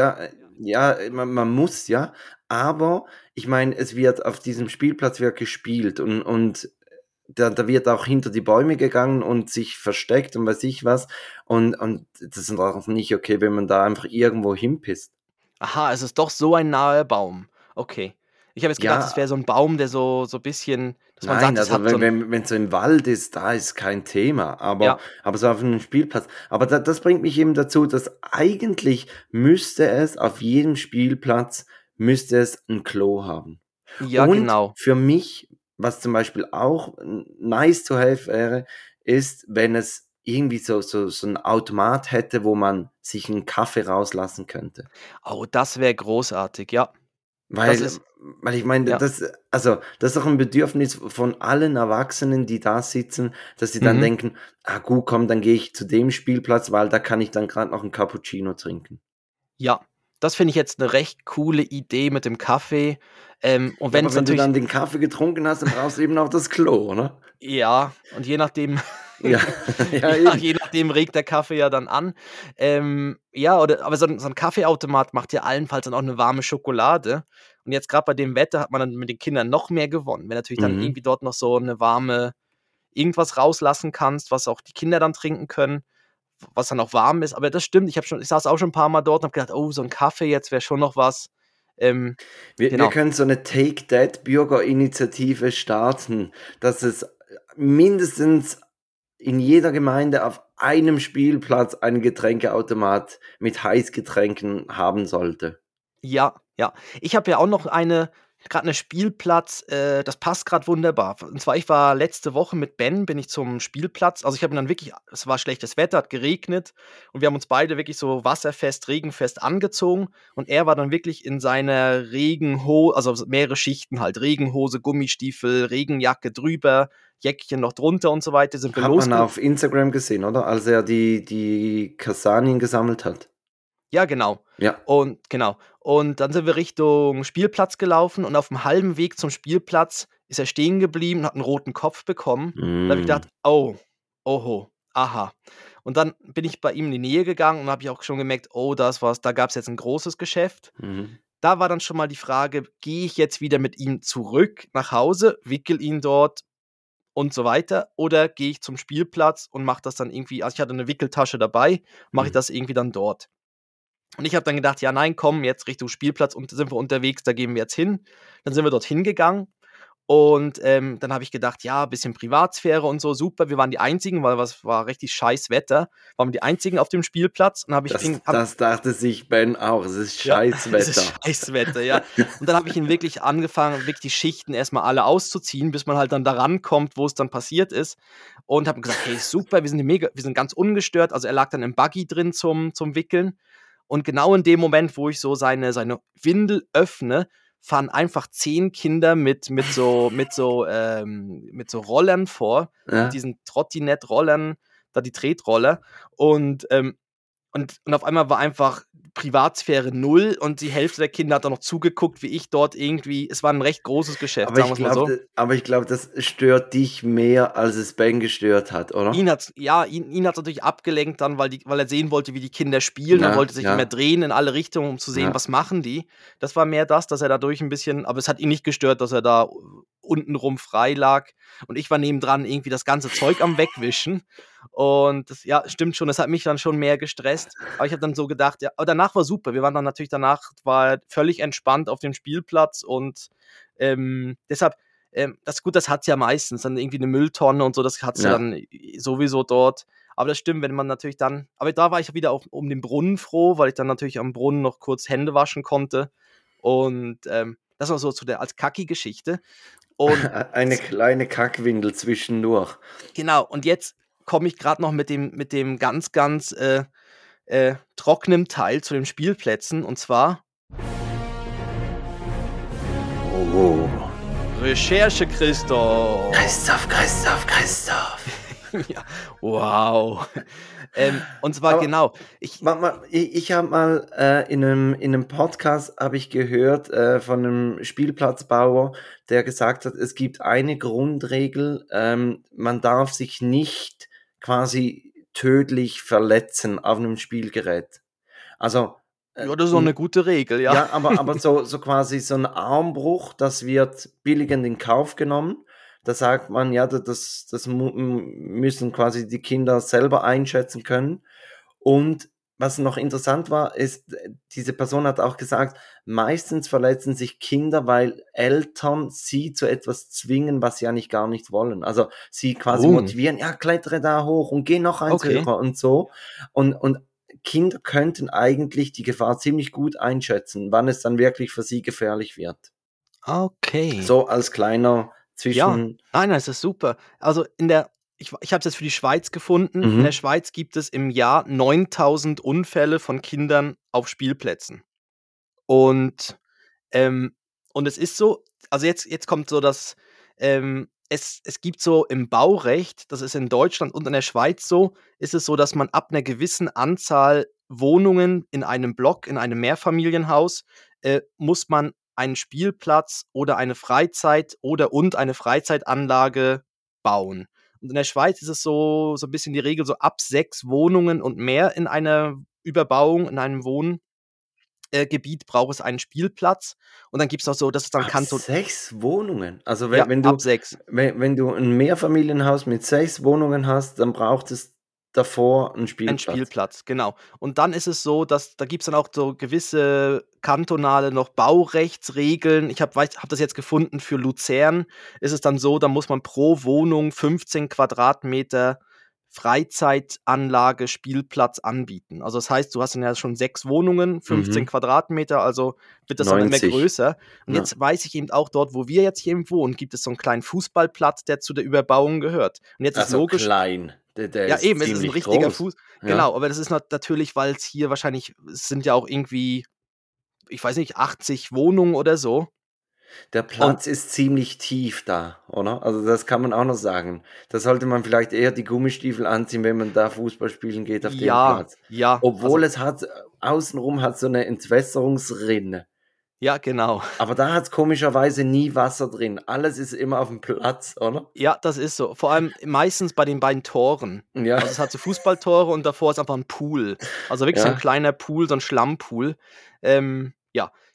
man muss, ja, aber ich meine, es wird auf diesem Spielplatz wird gespielt und da wird auch hinter die Bäume gegangen und sich versteckt und weiß ich was und das ist auch nicht okay, wenn man da einfach irgendwo hinpisst. Aha, es ist doch so ein naher Baum. Okay. Ich habe jetzt gedacht, Ja, es wäre so ein Baum, der so ein bisschen, dass man nein, sagt, es also hat so wenn es so im Wald ist, da ist kein Thema, Ja, aber so auf einem Spielplatz. Aber das bringt mich eben dazu, dass eigentlich müsste es auf jedem Spielplatz müsste es ein Klo haben. ja, Und genau. für mich, was zum Beispiel auch nice to have wäre, ist, wenn es irgendwie so ein Automat hätte, wo man sich einen Kaffee rauslassen könnte. Oh, das wäre großartig, ja. Das Weil, ist, weil ich meine, ja. das ist doch ein Bedürfnis von allen Erwachsenen, die da sitzen, dass sie dann Mhm. denken, gut, komm, dann gehe ich zu dem Spielplatz, weil da kann ich dann gerade noch einen Cappuccino trinken. Ja, das finde ich jetzt eine recht coole Idee mit dem Kaffee. Und Ja, wenn aber es wenn du natürlich dann den Kaffee getrunken hast, dann brauchst du eben auch das Klo, oder? ja, und je nachdem Ja, ja, ja, eben. je nachdem regt der Kaffee ja dann an. Ja, aber so 'n Kaffeeautomat macht ja allenfalls dann auch eine warme Schokolade. Und jetzt gerade bei dem Wetter hat man dann mit den Kindern noch mehr gewonnen. Wenn natürlich dann Mhm. irgendwie dort noch so eine warme irgendwas rauslassen kannst, was auch die Kinder dann trinken können, was dann auch warm ist. Aber das stimmt, ich saß auch schon ein paar Mal dort und habe gedacht: „Oh, so ein Kaffee jetzt wäre schon noch was.“ Wir Genau. können so eine Take That Bürgerinitiative starten, dass es mindestens in jeder Gemeinde auf einem Spielplatz einen Getränkeautomat mit Heißgetränken haben sollte. Ja, ja. Ich habe ja auch noch gerade eine Spielplatz, das passt gerade wunderbar. Und zwar, ich war letzte Woche mit Ben bin ich zum Spielplatz. Also, ich habe ihn dann wirklich es war schlechtes Wetter, hat geregnet und wir haben uns beide wirklich so wasserfest, regenfest angezogen und er war dann wirklich in seiner also mehrere Schichten halt, Regenhose, Gummistiefel, Regenjacke drüber, Jäckchen noch drunter und so weiter, sind wir Hat man losge auf Instagram gesehen, oder? Als er die Kastanien gesammelt hat. Ja, genau. Ja. Und dann sind wir Richtung Spielplatz gelaufen und auf dem halben Weg zum Spielplatz ist er stehen geblieben und hat einen roten Kopf bekommen. Da habe ich Mm. gedacht: „Oh, oho, aha.“ Und dann bin ich bei ihm in die Nähe gegangen und habe ich auch schon gemerkt: „Oh, da gab es jetzt ein großes Geschäft.“ Mhm. Da war dann schon mal die Frage: Gehe ich jetzt wieder mit ihm zurück nach Hause, wickel ihn dort und so weiter oder gehe ich zum Spielplatz und mache das dann irgendwie ich hatte eine Wickeltasche dabei, mache ich Mhm. das irgendwie dann dort? Und ich habe dann gedacht, ja nein, komm, jetzt Richtung Spielplatz und sind wir unterwegs, da gehen wir jetzt hin. Dann sind wir dorthin gegangen und dann habe ich gedacht, ja, bisschen Privatsphäre und so, super. Wir waren die Einzigen, weil es war richtig scheiß Wetter. Waren wir die Einzigen auf dem Spielplatz und Das dachte sich Ben auch. Es ist ja, Scheißwetter. es ist Scheißwetter, ja. Und dann habe ich ihn wirklich angefangen, wirklich die Schichten erstmal alle auszuziehen, bis man halt dann da rankommt, wo es dann passiert ist. Und habe gesagt, hey, super, wir sind ganz ungestört. Also er lag dann im Buggy drin zum Wickeln. Und genau in dem Moment, wo ich so seine Windel öffne, fahren einfach 10 Kinder mit so Rollern vor, Ja. mit diesen Trottinett-Rollern, da die Tretroller. Und auf einmal war einfach Privatsphäre 0 und die Hälfte der Kinder hat dann noch zugeguckt, wie ich dort irgendwie, es war ein recht großes Geschäft, Aber sagen ich wir es mal so. glaube, das stört dich mehr, als es Ben gestört hat, oder? Ihn hat's natürlich abgelenkt dann, weil er sehen wollte, wie die Kinder spielen. Er Ja, wollte sich ja. immer drehen in alle Richtungen, um zu sehen, Ja. was machen die. Das war mehr das, dass er dadurch ein bisschen, aber es hat ihn nicht gestört, dass er da untenrum frei lag. Und ich war nebendran irgendwie das ganze Zeug am Wegwischen. Und das, ja, stimmt schon, das hat mich dann schon mehr gestresst. Aber ich habe dann so gedacht, ja, aber danach war super. Wir waren dann natürlich war völlig entspannt auf dem Spielplatz und deshalb, das ist gut, das hat's ja meistens, dann irgendwie eine Mülltonne und so, das hat's ja Ja. dann sowieso dort. Aber das stimmt, wenn man natürlich dann, aber da war ich wieder auch um den Brunnen froh, weil ich dann natürlich am Brunnen noch kurz Hände waschen konnte. Und das war so als Kacki-Geschichte. Und Eine kleine Kackwindel zwischendurch. genau, und jetzt komme ich gerade noch mit dem ganz, ganz trockenen Teil zu den Spielplätzen, und zwar Oh. Recherche Christoph. Christoph. Ja, wow. Und zwar Aber- genau, Ich habe mal in einem Podcast habe ich gehört von einem Spielplatzbauer, der gesagt hat, es gibt eine Grundregel, man darf sich nicht quasi tödlich verletzen auf einem Spielgerät. Also ja, das ist doch eine gute Regel, ja. ja, aber so quasi so ein Armbruch, das wird billigend in Kauf genommen. Da sagt man, ja, das müssen quasi die Kinder selber einschätzen können. Und was noch interessant war, ist, diese Person hat auch gesagt, meistens verletzen sich Kinder, weil Eltern sie zu etwas zwingen, was sie eigentlich gar nicht wollen. Also sie quasi Oh. motivieren, ja, klettere da hoch und geh noch eins Okay. höher und so. Und Kinder könnten eigentlich die Gefahr ziemlich gut einschätzen, wann es dann wirklich für sie gefährlich wird. Okay. So als kleiner Ja, Zwischen... nein, das ist super. Also ich habe es jetzt für die Schweiz gefunden. Mhm. In der Schweiz gibt es im Jahr 9000 Unfälle von Kindern auf Spielplätzen. Und es ist so, also jetzt kommt so das, es gibt so im Baurecht, das ist in Deutschland und in der Schweiz so, ist es so, dass man ab einer gewissen Anzahl Wohnungen in einem Block, in einem Mehrfamilienhaus, muss man einen Spielplatz oder eine eine Freizeitanlage bauen. Und in der Schweiz ist es so ein bisschen die Regel, so ab 6 Wohnungen und mehr in einer Überbauung, in einem Wohngebiet braucht es einen Spielplatz. Und dann gibt es auch so, dass es dann Ab Kanton. 6 Wohnungen? Also Ja, wenn du, ab 6. wenn du ein Mehrfamilienhaus mit 6 Wohnungen hast, dann braucht es davor einen Ein Spielplatz. Spielplatz, genau. Und dann ist es so, dass da gibt es dann auch so gewisse kantonale noch Baurechtsregeln. Ich habe das jetzt gefunden, für Luzern ist es dann so, da muss man pro Wohnung 15 Quadratmeter Freizeitanlage, Spielplatz anbieten. Also das heißt, du hast dann ja schon 6 Wohnungen, 15 Mhm. Quadratmeter, also wird das dann immer 90. größer. Und Ja. jetzt weiß ich eben auch dort, wo wir jetzt hier eben wohnen, gibt es so einen kleinen Fußballplatz, der zu der Überbauung gehört. Und jetzt ist Also logisch, klein. Der ja ist eben, es ist ein ziemlich richtiger groß. Fuß. Ja. Genau, aber das ist natürlich, weil es hier wahrscheinlich, es sind ja auch irgendwie, ich weiß nicht, 80 Wohnungen oder so. Der Platz ist ziemlich tief da, oder? Also das kann man auch noch sagen. Da sollte man vielleicht eher die Gummistiefel anziehen, wenn man da Fußball spielen geht auf dem Ja, Platz. ja, Obwohl also, es hat, außenrum hat so eine Entwässerungsrinne. ja, genau. Aber da hat es komischerweise nie Wasser drin. Alles ist immer auf dem Platz, oder? Ja, das ist so. Vor allem meistens bei den beiden Toren. Ja. Also es hat so Fußballtore und davor ist einfach ein Pool. Also wirklich so ein Ja. kleiner Pool, so ein Schlammpool. Ja,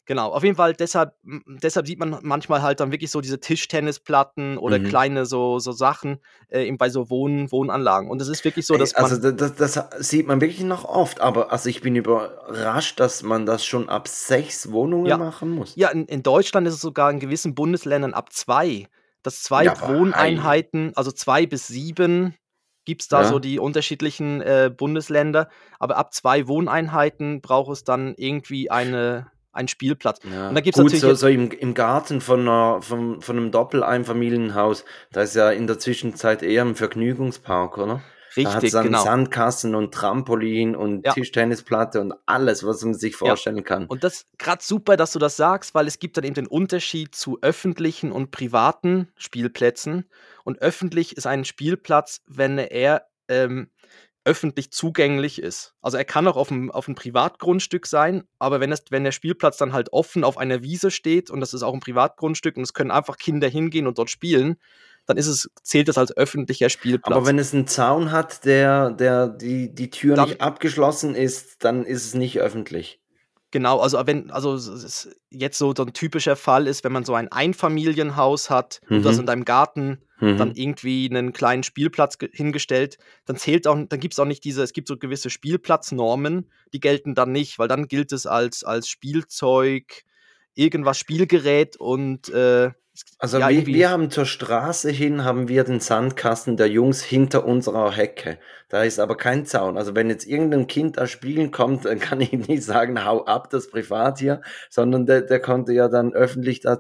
Genau, auf jeden Fall deshalb sieht man manchmal halt dann wirklich so diese Tischtennisplatten oder Mhm. kleine so Sachen, eben bei so Wohnanlagen. Und es ist wirklich so, Ey, dass also man das sieht man wirklich noch oft, aber also ich bin überrascht, dass man das schon ab 6 Wohnungen ja, machen muss. ja, in Deutschland ist es sogar in gewissen Bundesländern ab 2, dass 2 Ja, aber hey. Wohneinheiten, also 2 bis 7 gibt's da so Ja. die unterschiedlichen, Bundesländer, aber ab 2 Wohneinheiten braucht es dann irgendwie einen Spielplatz. Und da Ja, gibt's gut, natürlich so jetzt im Garten von 'nem Doppeleinfamilienhaus, da ist ja in der Zwischenzeit eher 'n Vergnügungspark, oder? Da hat's richtig, dann genau. Sandkasten und Trampolin und Ja. Tischtennisplatte und alles, was man sich Ja. vorstellen kann. Und das grad super, dass du das sagst, weil es gibt dann eben den Unterschied zu öffentlichen und privaten Spielplätzen. Und öffentlich ist ein Spielplatz, wenn er, öffentlich zugänglich ist. Also, er kann auch auf 'm Privatgrundstück sein, aber wenn der Spielplatz dann halt offen auf einer Wiese steht und das ist auch 'n Privatgrundstück und es können einfach Kinder hingehen und dort spielen, dann zählt das als öffentlicher Aber Spielplatz. wenn es 'n Zaun hat, der die Tür Dann nicht abgeschlossen ist, dann ist es nicht öffentlich. Genau, also es jetzt so 'n typischer Fall ist, wenn man so ein Einfamilienhaus hat und du hast in Mhm, deinem Garten dann mhm. irgendwie 'nen kleinen Spielplatz hingestellt, dann gibt's auch nicht es gibt so gewisse Spielplatznormen, die gelten dann nicht, weil dann gilt es als Spielzeug, irgendwas Spielgerät und, Also ja, wir irgendwie haben zur Straße hin haben wir den Sandkasten der Jungs hinter unserer Hecke. Da ist aber kein Zaun. Also wenn jetzt irgendein Kind da spielen kommt, dann kann ich nicht sagen: „Hau ab, das ist privat hier“, sondern der konnte ja dann öffentlich da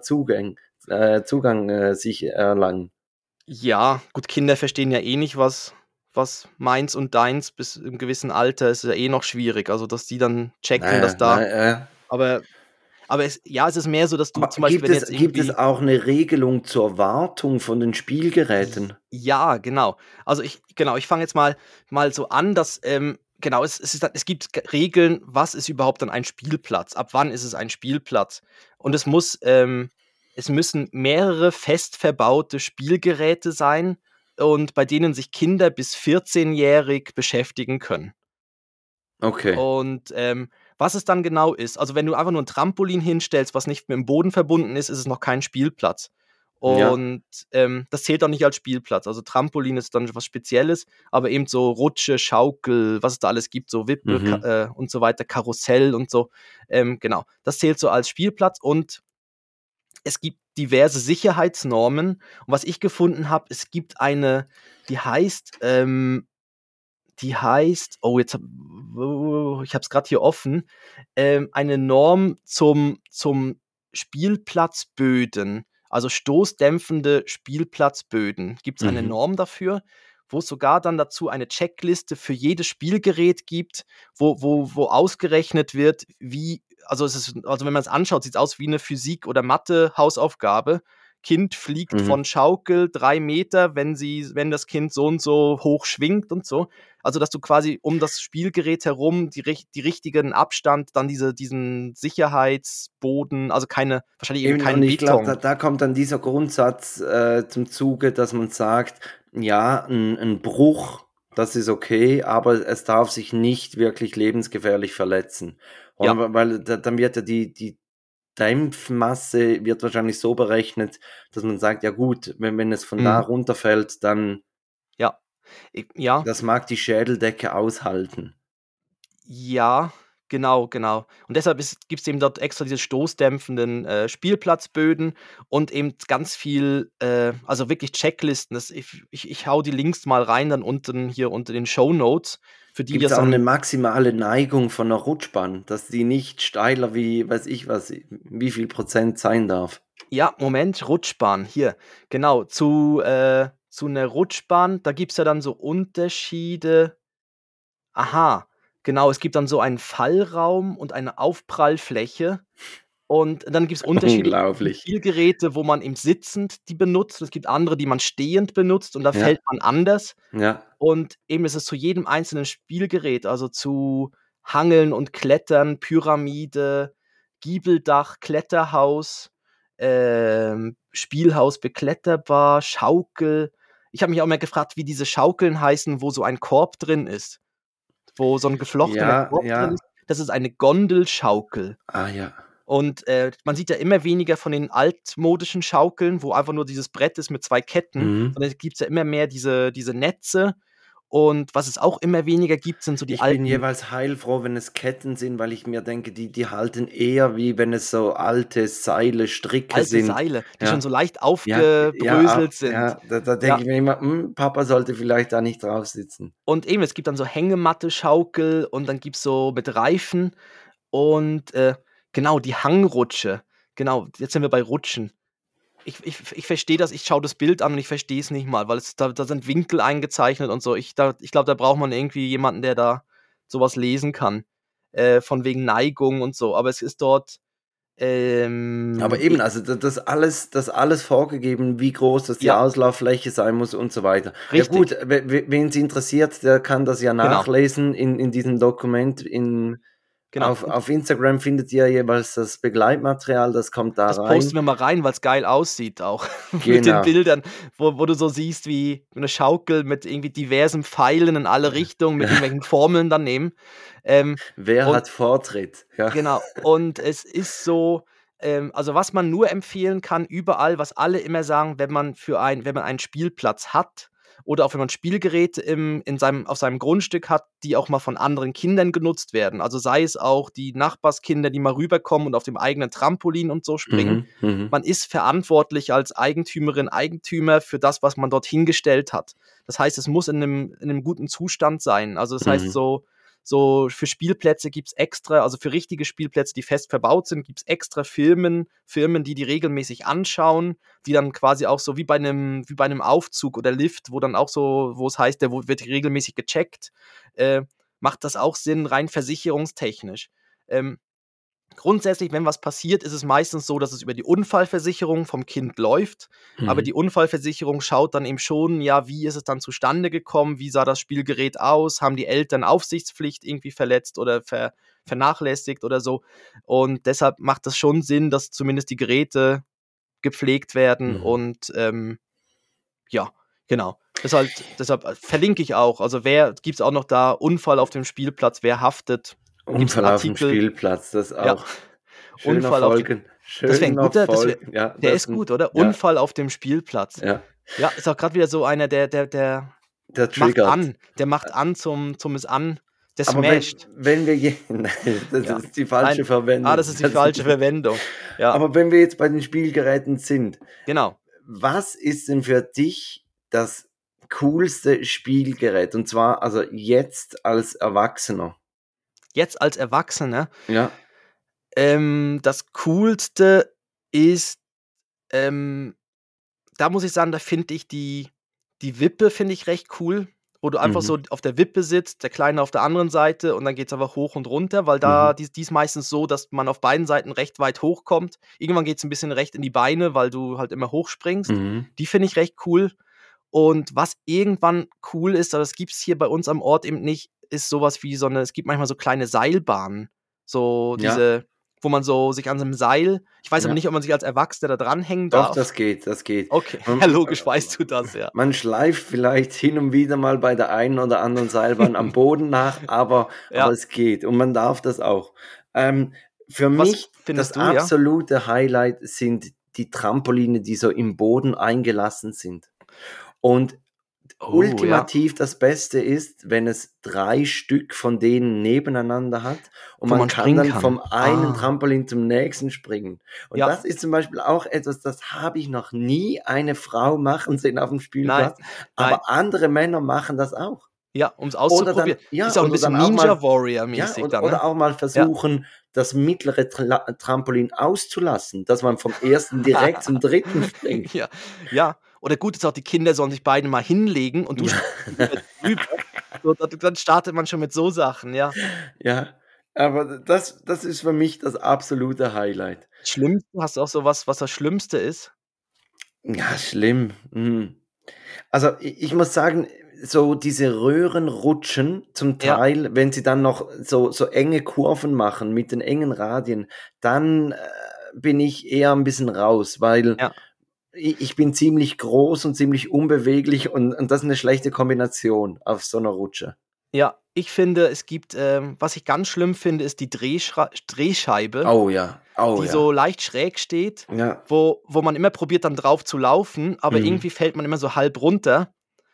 Zugang, sich erlangen. ja, gut, Kinder verstehen ja eh nicht, was meins und deins bis im gewissen Alter ist ja eh noch schwierig, also, dass die dann checken, dass Na da ja. aber es ist mehr so, dass du Aber zum Beispiel, wenn jetzt gibt es irgendwie auch 'ne Regelung zur Wartung von den Spielgeräten? ja, genau. Also, ich fange jetzt mal so an, dass, genau, es gibt g Regeln, was ist überhaupt dann ein Spielplatz? Ab wann ist es ein Spielplatz? Und es müssen mehrere fest verbaute Spielgeräte sein und bei denen sich Kinder bis 14-jährig beschäftigen können. Okay, Und, was es dann genau ist, also, wenn du einfach nur 'n Trampolin hinstellst, was nicht mit dem Boden verbunden ist, ist es noch kein Spielplatz. ja. Und, das zählt auch nicht als Spielplatz. Also, Trampolin ist dann was Spezielles, aber eben so Rutsche, Schaukel, was es da alles gibt, so Wippe, Mhm. und so weiter, Karussell und so. Genau, das zählt so als Spielplatz und es gibt diverse Sicherheitsnormen. Und was ich gefunden habe, es gibt eine, die heißt, oh, ich habe es grad hier offen, eine Norm zum Spielplatzböden, also stoßdämpfende Spielplatzböden. Gibt's eine Mhm. Norm dafür, wo es sogar dann dazu eine Checkliste für jedes Spielgerät gibt, wo ausgerechnet wird, also, wenn man's anschaut, sieht's aus wie 'ne Physik oder Mathe-Hausaufgabe. Kind fliegt Mhm. von Schaukel 3 Meter, wenn das Kind so und so hoch schwingt und so. Also, dass du quasi um das Spielgerät herum die richtigen Abstand, dann diesen Sicherheitsboden, also wahrscheinlich eben Eben, und keinen ich glaube, Beton. da kommt dann dieser Grundsatz, zum Zuge, dass man sagt: „Ja, ein Bruch, das ist okay, aber es darf sich nicht wirklich lebensgefährlich verletzen.“ Und Ja, weil dann wird ja die Dämpfmasse wird wahrscheinlich so berechnet, dass man sagt: „Ja gut, wenn es von da mhm, runterfällt, dann ja. Ja. das mag die Schädeldecke aushalten.“ Ja, genau. Und deshalb gibt's eben dort extra diese stoßdämpfenden, Spielplatzböden und eben ganz viel, also wirklich Checklisten. Ich haue die Links mal rein dann unten hier unter den Shownotes, für die, die Gibt's das auch 'ne dann maximale Neigung von 'ner Rutschbahn, dass die nicht steiler wie weiß ich was wie viel Prozent sein darf? ja, Moment, Rutschbahn, hier, genau, zu 'ner Rutschbahn, da gibt's ja dann so Unterschiede. Aha, genau, es gibt dann so einen Fallraum und eine Aufprallfläche. Und dann gibt's unterschiedliche Unglaublich. Spielgeräte, wo man eben sitzend die benutzt. Es gibt andere, die man stehend benutzt und da fällt Ja, man anders. ja. Und eben ist es zu jedem einzelnen Spielgerät, also zu Hangeln und Klettern, Pyramide, Giebeldach, Kletterhaus, Spielhaus bekletterbar, Schaukel. Ich habe mich auch mal gefragt, wie diese Schaukeln heißen, wo so ein Korb drin ist, wo so 'n geflochtener Ja, Korb ja. drin ist. Das ist eine Gondelschaukel. Ah ja. Und man sieht ja immer weniger von den altmodischen Schaukeln, wo einfach nur dieses Brett ist mit 2 Ketten, sondern es gibt ja immer mehr diese Netze. Und was es auch immer weniger gibt, sind so die Ich bin alten jeweils heilfroh, wenn es Ketten sind, weil ich mir denke, die halten eher, wie wenn es so alte Seile, Stricke alte sind. Seile, die Ja. schon so leicht Ja, aufgebröselt sind. ja, da Ja. denke ich mir immer, Papa sollte vielleicht da nicht drauf sitzen. Und eben, es gibt dann so Hängematte-Schaukel und dann gibt's so mit Reifen und genau, die Hangrutsche. Genau, jetzt sind wir bei Rutschen. Ich verstehe das, ich schaue das Bild an und ich verstehe es nicht mal, weil da sind Winkel eingezeichnet und so. Ich glaube, da braucht man irgendwie jemanden, der da sowas lesen kann. Von wegen Neigung und so. Aber es ist dort. Aber i- eben, also das alles vorgegeben, wie groß das die Ja. Auslauffläche sein muss und so weiter. Ja Richtig. gut, wen es interessiert, der kann das ja Genau. nachlesen in diesem Dokument. Genau. Auf Instagram findet ihr jeweils das Begleitmaterial, das kommt da Das rein. posten wir mal rein, weil es geil aussieht auch. Mit den Genau. Bildern, wo du so siehst, wie eine Schaukel mit irgendwie diversen Pfeilen in alle Richtungen, mit irgendwelchen Formeln daneben. Wer und- hat Vortritt? Ja. Genau, und es ist so, also was man nur empfehlen kann, überall, was alle immer sagen, wenn man einen Spielplatz hat oder auch wenn man Spielgeräte auf seinem Grundstück hat, die auch mal von anderen Kindern genutzt werden. Also sei es auch die Nachbarskinder, die mal rüberkommen und auf dem eigenen Trampolin und so springen. Man ist verantwortlich als Eigentümerin, Eigentümer für das, was man dort hingestellt hat. Das heißt, es muss in einem guten Zustand sein. Also das heißt, so für Spielplätze gibt es extra, also für richtige Spielplätze, die fest verbaut sind, gibt es extra Firmen, die regelmäßig anschauen, die dann quasi auch so wie bei einem Aufzug oder Lift, wo dann auch so, wo es heißt, wird regelmäßig gecheckt, macht das auch Sinn, rein versicherungstechnisch. Grundsätzlich, wenn was passiert, ist es meistens so, dass es über die Unfallversicherung vom Kind läuft. Aber die Unfallversicherung schaut dann eben schon, ja, wie ist es dann zustande gekommen, wie sah das Spielgerät aus, haben die Eltern Aufsichtspflicht irgendwie verletzt oder vernachlässigt oder so. Und deshalb macht das schon Sinn, dass zumindest die Geräte gepflegt werden und ja, genau. Deshalb verlinke ich auch. Also gibt es auch noch da Unfall auf dem Spielplatz, wer haftet? Gibt's einen Unfall auf dem Artikel? Spielplatz, das auch. Ja. Schöner Unfall auf dem- Folgen. Das wäre ein guter, Ja, der ist gut, oder? Ja, Unfall auf dem Spielplatz. ja. Ja, ist auch gerade wieder so einer, der Der macht triggert. an. Der macht an zum An. Der Aber smasht. wenn wir Nein, das Ja. ist die falsche Nein. Verwendung. Das ist die falsche Verwendung. Ja, Aber wenn wir jetzt bei den Spielgeräten sind, genau. was ist denn für dich das coolste Spielgerät? Und zwar also jetzt als Erwachsener. Jetzt als Erwachsener, Ja. das Coolste ist, da muss ich sagen, da finde ich die Wippe finde ich recht cool, wo du einfach so auf der Wippe sitzt, der Kleine auf der anderen Seite und dann geht es einfach hoch und runter, weil da die ist meistens so, dass man auf beiden Seiten recht weit hochkommt. Irgendwann geht es ein bisschen recht in die Beine, weil du halt immer hochspringst. Die finde ich recht cool. Und was irgendwann cool ist, aber das gibt es hier bei uns am Ort eben nicht, ist sowas wie es gibt manchmal so kleine Seilbahnen. So Ja. diese, wo man so sich an so einem Seil, ich weiß aber Ja. nicht, ob man sich als Erwachsener da dranhängen Doch, darf. das geht. Okay, Man- ja, logisch weißt du das, ja. Man schleift vielleicht hin und wieder mal bei der einen oder anderen Seilbahn am Boden nach, aber Ja. es geht und man darf das auch. Für Was mich findest das du, ja? absolute Highlight sind die Trampoline, die so im Boden eingelassen sind. Und ultimativ das Beste ist, wenn es 3 Stück von denen nebeneinander hat und Wo man man kann springen dann kann. vom einen Ah. Trampolin zum nächsten springen. Und Ja. das ist zum Beispiel auch etwas, das habe ich noch nie eine Frau machen sehen auf dem Spielplatz, aber andere Männer machen das auch. Ja, um es Oder dann, auszuprobieren. ja, Ist ja auch ein oder bisschen dann auch mal, Ninja Warrior-mäßig dann, ne? oder auch mal versuchen, das mittlere Trampolin auszulassen, dass man vom ersten direkt zum dritten springt. Ja, ja. Oder gut ist auch, die Kinder sollen sich beide mal hinlegen und du springst drüber. So, dann startet man schon mit so Sachen, ja. Ja, aber das ist für mich das absolute Highlight. Schlimmste, hast du auch so was das Schlimmste ist? Ja, schlimm. Also ich muss sagen, so diese Röhrenrutschen zum Ja. Teil, wenn sie dann noch so enge Kurven machen mit den engen Radien, dann bin ich eher ein bisschen raus, weil Ja. ich bin ziemlich groß und ziemlich unbeweglich und das ist eine schlechte Kombination auf so einer Rutsche. Ja, ich finde, es gibt, was ich ganz schlimm finde, ist die Drehscheibe, Oh ja, oh die ja. so leicht schräg steht, Ja. wo man immer probiert, dann drauf zu laufen, aber Mhm. irgendwie fällt man immer so halb runter.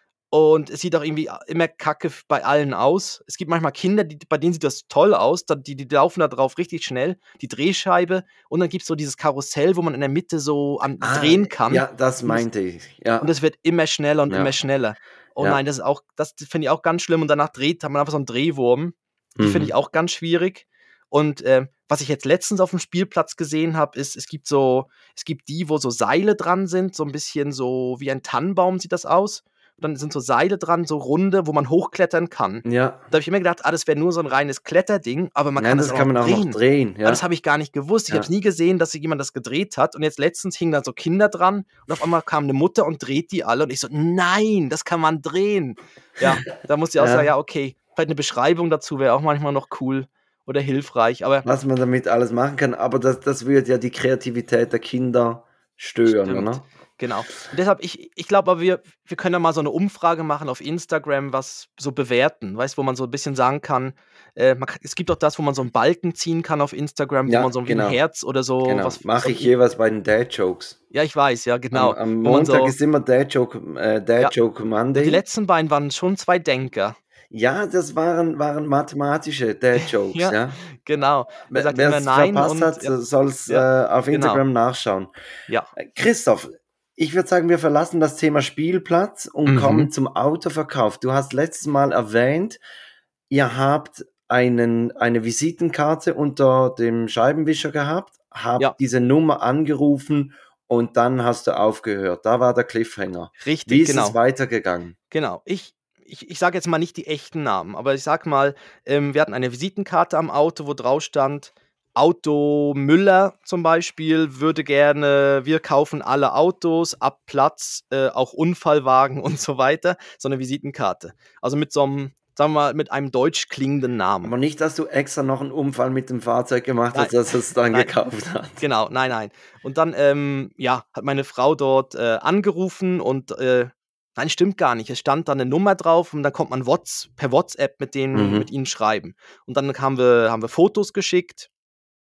Und es sieht auch irgendwie immer kacke bei allen aus. Es gibt manchmal Kinder, bei denen sieht das toll aus, die laufen da drauf richtig schnell, die Drehscheibe. Und dann gibt es so dieses Karussell, wo man in der Mitte so drehen kann. Ja, das Und meinte ich. und Ja, es wird immer schneller und Ja. immer schneller. Oh Ja. nein, das finde ich auch ganz schlimm. Und danach hat man einfach so einen Drehwurm. Die finde ich auch ganz schwierig. Und was ich jetzt letztens auf dem Spielplatz gesehen habe, ist, es gibt die, wo so Seile dran sind, so ein bisschen so wie ein Tannenbaum sieht das aus. Und dann sind so Seile dran, so runde, wo man hochklettern kann. Ja. Da habe ich immer gedacht, das wäre nur so ein reines Kletterding, aber man Nein, kann das das kann man auch noch drehen. Aber Ja. das habe ich gar nicht gewusst. Ich Ja. habe es nie gesehen, dass jemand das gedreht hat. Und jetzt letztens hingen da so Kinder dran und auf einmal kam eine Mutter und dreht die alle. Und ich so, nein, das kann man drehen. Ja, da musste ich auch Ja. sagen, ja, okay, vielleicht eine Beschreibung dazu wäre auch manchmal noch cool oder hilfreich. Aber Was man damit alles machen kann, aber das würde ja die Kreativität der Kinder stören, stimmt, oder? genau. Und deshalb, ich glaube, aber wir können ja mal so eine Umfrage machen auf Instagram, was so bewerten, weißt, wo man so ein bisschen sagen kann, es gibt auch das, wo man so einen Balken ziehen kann auf Instagram, wo Ja, man so wie ein genau. Herz oder so Genau. was. Mache ich jeweils bei den Dad-Jokes. Ja, ich weiß, ja, genau. Am Wo man Montag so, ist immer Dad-Joke die Monday. letzten beiden waren schon 2 Denker. Ja, das waren mathematische Dad-Jokes, Ja, ja. genau. Er sagt Wer immer es nein verpasst und hat, soll es ja, auf genau. Instagram nachschauen. Ja. Christoph, ich würde sagen, wir verlassen das Thema Spielplatz und kommen zum Autoverkauf. Du hast letztes Mal erwähnt, ihr habt eine Visitenkarte unter dem Scheibenwischer gehabt, habt Ja. diese Nummer angerufen und dann hast du aufgehört. Da war der Cliffhanger. Richtig, Wie ist genau. es weitergegangen? Genau. Ich sage jetzt mal nicht die echten Namen, aber ich sage mal, wir hatten eine Visitenkarte am Auto, wo drauf stand, Auto Müller zum Beispiel würde gerne, wir kaufen alle Autos ab Platz, auch Unfallwagen und so weiter. So eine Visitenkarte. Also mit so einem, sagen wir mal, mit einem deutsch klingenden Namen. Aber nicht, dass du extra noch einen Unfall mit dem Fahrzeug gemacht hast, Nein. dass es dann Nein. gekauft hat. Genau, nein. Und dann, hat meine Frau dort angerufen und nein, stimmt gar nicht. Es stand da eine Nummer drauf und dann kommt man per WhatsApp mit ihnen schreiben. Und dann haben wir Fotos geschickt.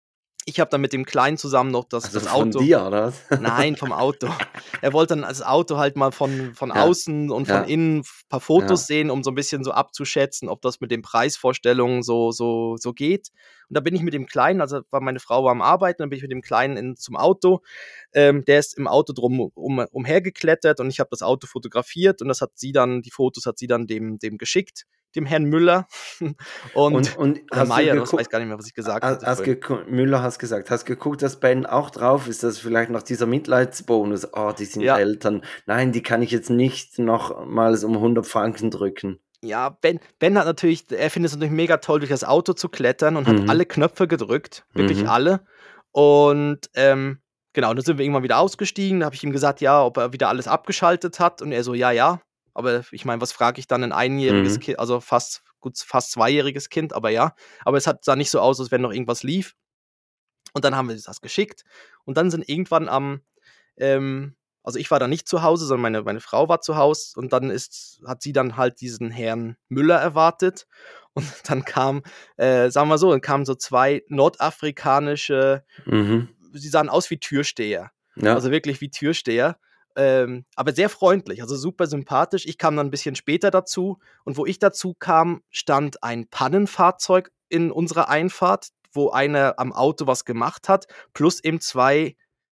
Ich habe dann mit dem Kleinen zusammen noch das Also das von Auto. dir, oder was? Nein, vom Auto. Er wollte dann das Auto halt mal von Ja. außen und von Ja. innen ein paar Fotos Ja. sehen, um so ein bisschen so abzuschätzen, ob das mit den Preisvorstellungen so geht. Und da bin ich mit dem Kleinen, also meine Frau war am Arbeiten, dann bin ich mit dem Kleinen zum Auto. Der ist im Auto umhergeklettert und ich habe das Auto fotografiert und die Fotos hat sie dann dem geschickt, dem Herrn Müller. Und oder hast du Meier, das geguckt, weiß gar nicht mehr, was ich gesagt hatte. vorhin. Müller hast gesagt, hast geguckt, dass Ben auch drauf ist, dass vielleicht noch dieser Mitleidsbonus, oh, die sind Ja. Eltern, nein, die kann ich jetzt nicht nochmals um 100 Franken drücken. Ja, Ben hat natürlich, er findet es natürlich mega toll, durch das Auto zu klettern und hat alle Knöpfe gedrückt, wirklich alle. Und genau, dann sind wir irgendwann wieder ausgestiegen. Da habe ich ihm gesagt, ja, ob er wieder alles abgeschaltet hat. Und er so, ja. Aber ich meine, was frage ich dann ein einjähriges Kind, also fast 2-jähriges Kind, aber ja. Aber es sah nicht so aus, als wenn noch irgendwas lief. Und dann haben wir das geschickt. Und dann sind irgendwann also ich war da nicht zu Hause, sondern meine Frau war zu Hause. Und dann hat sie dann halt diesen Herrn Müller erwartet. Und dann sagen wir so, dann kamen so 2 nordafrikanische, sie sahen aus wie Türsteher. Ja. Also wirklich wie Türsteher. Aber sehr freundlich, also super sympathisch. Ich kam dann ein bisschen später dazu. Und wo ich dazu kam, stand ein Pannenfahrzeug in unserer Einfahrt, wo einer am Auto was gemacht hat, plus eben 2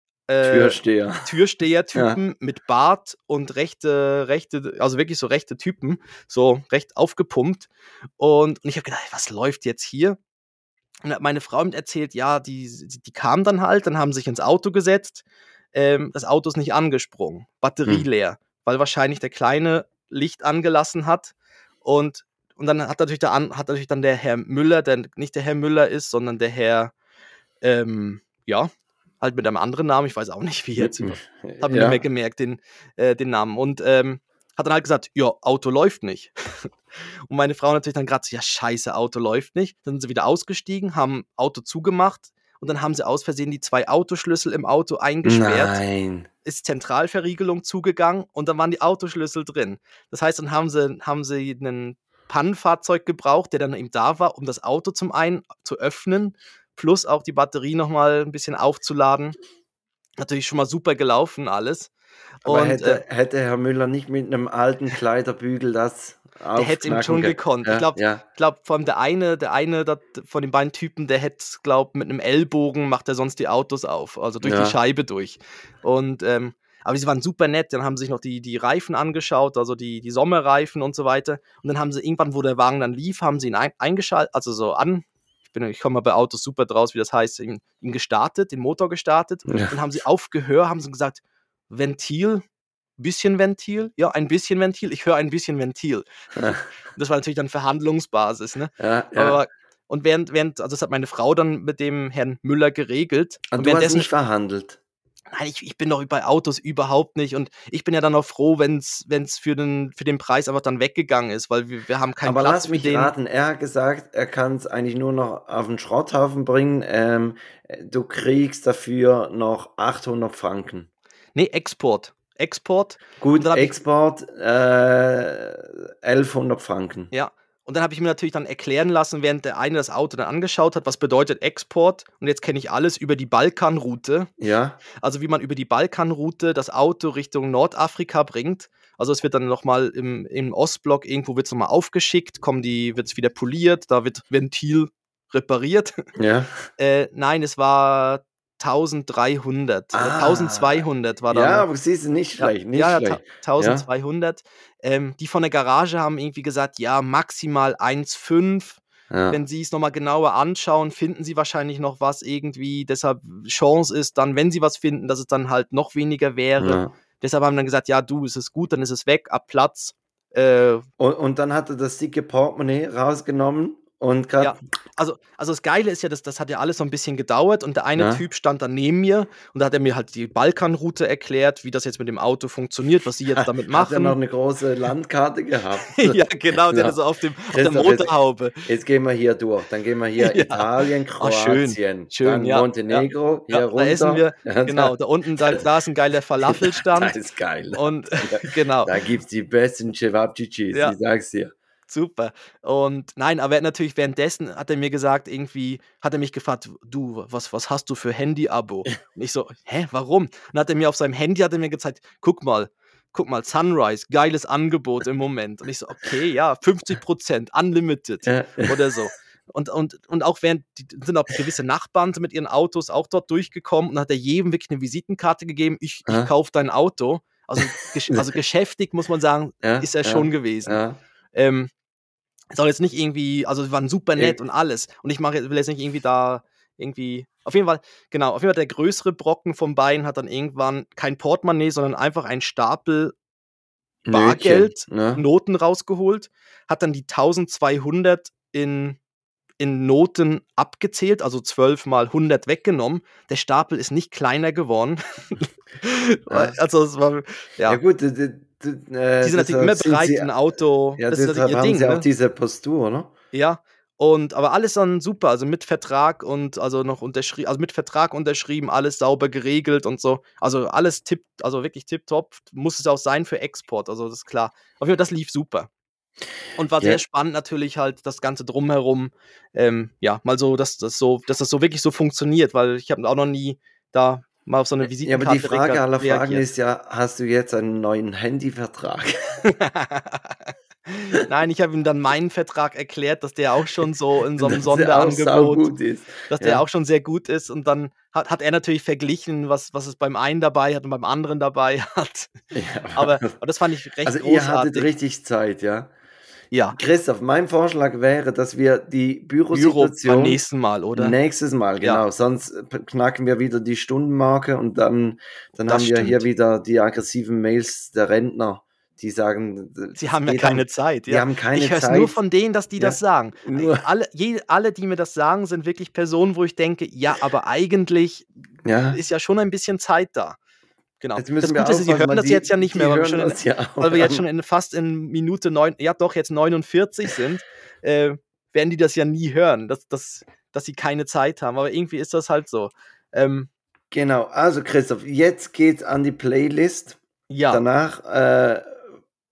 Türsteher-Typen mit Bart und rechte, also wirklich so rechte Typen, so recht aufgepumpt. Und ich habe gedacht, was läuft jetzt hier? Und hat meine Frau mir erzählt, ja, die kamen dann halt, dann haben sich ins Auto gesetzt. Das Auto ist nicht angesprungen, Batterie leer, weil wahrscheinlich der Kleine Licht angelassen hat. Und dann hat natürlich dann der Herr Müller, der nicht der Herr Müller ist, sondern der Herr, halt mit einem anderen Namen, ich weiß auch nicht wie jetzt, habe mir nicht mehr gemerkt, den Namen. Und hat dann halt gesagt, ja, Auto läuft nicht. Und meine Frau natürlich dann gerade so, ja scheiße, Auto läuft nicht. Dann sind sie wieder ausgestiegen, haben Auto zugemacht und dann haben sie aus Versehen die 2 Autoschlüssel im Auto eingesperrt. Nein. Ist Zentralverriegelung zugegangen und dann waren die Autoschlüssel drin. Das heißt, dann haben sie einen Pannenfahrzeug gebraucht, der dann eben da war, um das Auto zum einen zu öffnen, plus auch die Batterie nochmal ein bisschen aufzuladen. Natürlich schon mal super gelaufen alles. Aber Und hätte Herr Müller nicht mit einem alten Kleiderbügel das der hätte es ihm aufknacken schon können? gekonnt. Ja, Ich glaube, ja. vor allem der eine von den beiden Typen, der hätte, glaube mit einem Ellbogen macht er sonst die Autos auf, also durch die Ja. Scheibe durch. Und aber sie waren super nett. Dann haben sie sich noch die Reifen angeschaut, also die Sommerreifen und so weiter. Und dann haben sie irgendwann, wo der Wagen dann lief, haben sie ihn eingeschaltet, also so an. Ich komme mal bei Autos super draus, wie das heißt, ihn gestartet, den Motor gestartet. Ja. Dann haben sie aufgehört, haben sie gesagt, Ventil, bisschen Ventil, ja, ein bisschen Ventil, ich höre ein bisschen Ventil. Ja. Das war natürlich dann Verhandlungsbasis, ne? Ja. Aber, und während, also das hat meine Frau dann mit dem Herrn Müller geregelt. Und Und du hast währenddessen, nicht verhandelt. nein, ich bin doch bei Autos überhaupt nicht. Und ich bin ja dann auch froh, wenn es für den Preis einfach dann weggegangen ist, weil wir haben keinen Aber Platz lass für mich den. raten, er hat gesagt, er kann es eigentlich nur noch auf den Schrotthaufen bringen. Du kriegst dafür noch 800 Franken. Nee, Export. Gut, Und dann hab ich- Export 1100 Franken. Ja. Und dann habe ich mir natürlich dann erklären lassen, während der eine das Auto dann angeschaut hat, was bedeutet Export. Und jetzt kenne ich alles über die Balkanroute. Ja, Also wie man über die Balkanroute das Auto Richtung Nordafrika bringt. Also es wird dann nochmal im Ostblock irgendwo wird's nochmal aufgeschickt, wird es wieder poliert, da wird Ventil repariert. ja. Nein, es war 1300. Ah. 1200 war da. Ja, aber siehst du, nicht schlecht, nicht schlecht. 1200. Die von der Garage haben irgendwie gesagt, ja, maximal 1,5. Ja. Wenn Sie es nochmal genauer anschauen, finden Sie wahrscheinlich noch was irgendwie. Deshalb Chance ist dann, wenn Sie was finden, dass es dann halt noch weniger wäre. Ja. Deshalb haben wir dann gesagt, ja, du, ist es gut, dann ist es weg, ab Platz. Und dann hat er das dicke Portemonnaie rausgenommen und Ja, gerade. also das Geile ist ja, das hat ja alles so ein bisschen gedauert und der eine Ja. Typ stand dann neben mir und da hat er mir halt die Balkanroute erklärt, wie das jetzt mit dem Auto funktioniert, was sie jetzt damit Hat er noch machen. eine große Landkarte gehabt? Ja, genau, der Ja. hat so auf der Christoph, Motorhaube. Jetzt gehen wir hier durch. Dann gehen wir hier Ja. Italien, Ah, schön, Kroatien, schön, dann ja, Montenegro, Ja, hier da essen runter. wir, Ja, genau, da unten, da ist ein geiler Das Falafelstand ist geil. und genau. Da gibt es die besten Cevapcicis, Ja. ich sag's dir. Super. Und nein, aber natürlich währenddessen hat er mir gesagt, irgendwie, hat er mich gefragt, du, was hast du für Handy-Abo? Und ich so, hä, warum? Und dann hat er mir auf seinem Handy gezeigt, guck mal, Sunrise, geiles Angebot im Moment. Und ich so, okay, ja, 50%, unlimited Ja. oder so. Und auch sind auch gewisse Nachbarn mit ihren Autos auch dort durchgekommen und hat er jedem wirklich eine Visitenkarte gegeben, ich Ja. kaufe dein Auto. Also, also geschäftig, muss man sagen, Ja, ist er ja, schon gewesen. Ja. Soll jetzt nicht irgendwie, also sie waren super nett und alles. Und will jetzt nicht irgendwie da irgendwie. Auf jeden Fall der größere Brocken vom Bein hat dann irgendwann kein Portemonnaie, sondern einfach einen Stapel Bargeld, Nötchen, ne? Noten rausgeholt, hat dann die 1200 in Noten abgezählt, also 12 mal 100 weggenommen. Der Stapel ist nicht kleiner geworden. Ja. Also es war, Ja ja. gut, Die sind natürlich immer bereit, ein Auto, Ja, das ist deshalb natürlich ihr haben Ding, sie auch ne? diese Postur, ne? Ja, aber alles dann super, also mit Vertrag und also noch mit Vertrag unterschrieben, alles sauber geregelt und so. Also alles also wirklich tipptopp, muss es auch sein für Export, also das ist klar. Auf jeden Fall, das lief super. Und war Ja. sehr spannend natürlich halt das Ganze drumherum, ja, mal so, dass das so wirklich so funktioniert, weil ich habe auch noch nie da mal auf so eine Ja, Visitenkarte aber die Frage aller Fragen reagiert. ist ja, hast du jetzt einen neuen Handyvertrag? Nein, ich habe ihm dann meinen Vertrag erklärt, dass der auch schon so in so einem Dass der auch Sonderangebot, saugut ist. dass der Ja. auch schon sehr gut ist. Und dann hat er natürlich verglichen, was es beim einen dabei hat und beim anderen dabei hat. Ja, Aber das fand ich recht also ihr hattet großartig. richtig Zeit, ja? Ja, Christoph, mein Vorschlag wäre, dass wir die Büro beim Bürosituation nächsten Mal, oder? nächstes Mal, Ja. genau, sonst knacken wir wieder die Stundenmarke und dann Das haben wir hier stimmt. wieder die aggressiven Mails der Rentner, die sagen, Sie haben ja geht keine Zeit. die Ja. haben keine Ich höre es Zeit. nur von denen, dass die Ja, das sagen. nur- Alle, die mir das sagen, sind wirklich Personen, wo ich denke, ja, aber eigentlich Ja, ist ja schon ein bisschen Zeit da. Genau. jetzt müssen Das wir Gute ist, Sie aufpassen, hören weil das jetzt ja nicht mehr, weil wir schon weil jetzt schon fast in Minute 9, ja doch, jetzt 49 sind, werden die das ja nie hören, dass sie keine Zeit haben. Aber irgendwie ist das halt so. Genau, also Christoph, jetzt geht's an die Playlist. Ja, Danach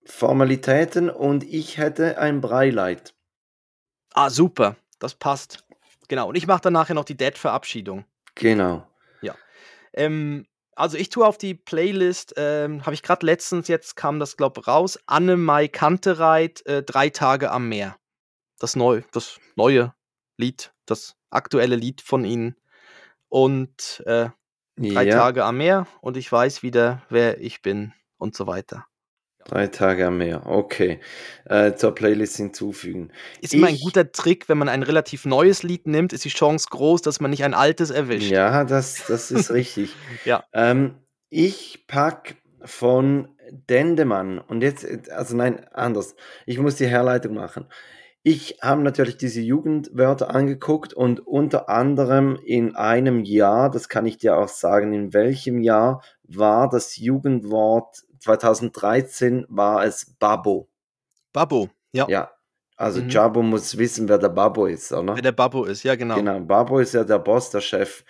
Formalitäten und ich hätte ein Breileid. Ah, super. Das passt. Genau. Und ich mache dann nachher noch die Dead-Verabschiedung. Genau. Ja. Also ich tue auf die Playlist, habe ich gerade letztens, jetzt kam das, glaube ich, raus, Annemai Kantereit, 3 Tage am Meer. Das neue Lied, das aktuelle Lied von ihnen. Und 3 Ja, Tage am Meer und ich weiß wieder, wer ich bin und so weiter. 3 Tage am Meer. Okay. Zur Playlist hinzufügen. Ist immer ein Ich, guter Trick, wenn man ein relativ neues Lied nimmt, ist die Chance groß, dass man nicht ein altes erwischt. ja, das ist richtig. Ja. Ich pack von Dendemann und jetzt, also nein, anders. Ich muss die Herleitung machen. Ich habe natürlich diese Jugendwörter angeguckt und unter anderem in einem Jahr, das kann ich dir auch sagen, in welchem Jahr war das Jugendwort, 2013 war es Babbo. Babbo, ja. Ja, also Mhm. Jabo muss wissen, wer der Babbo ist, Wer oder? der Babbo ist, ja genau. Genau, Babbo ist ja der Boss, der Chef.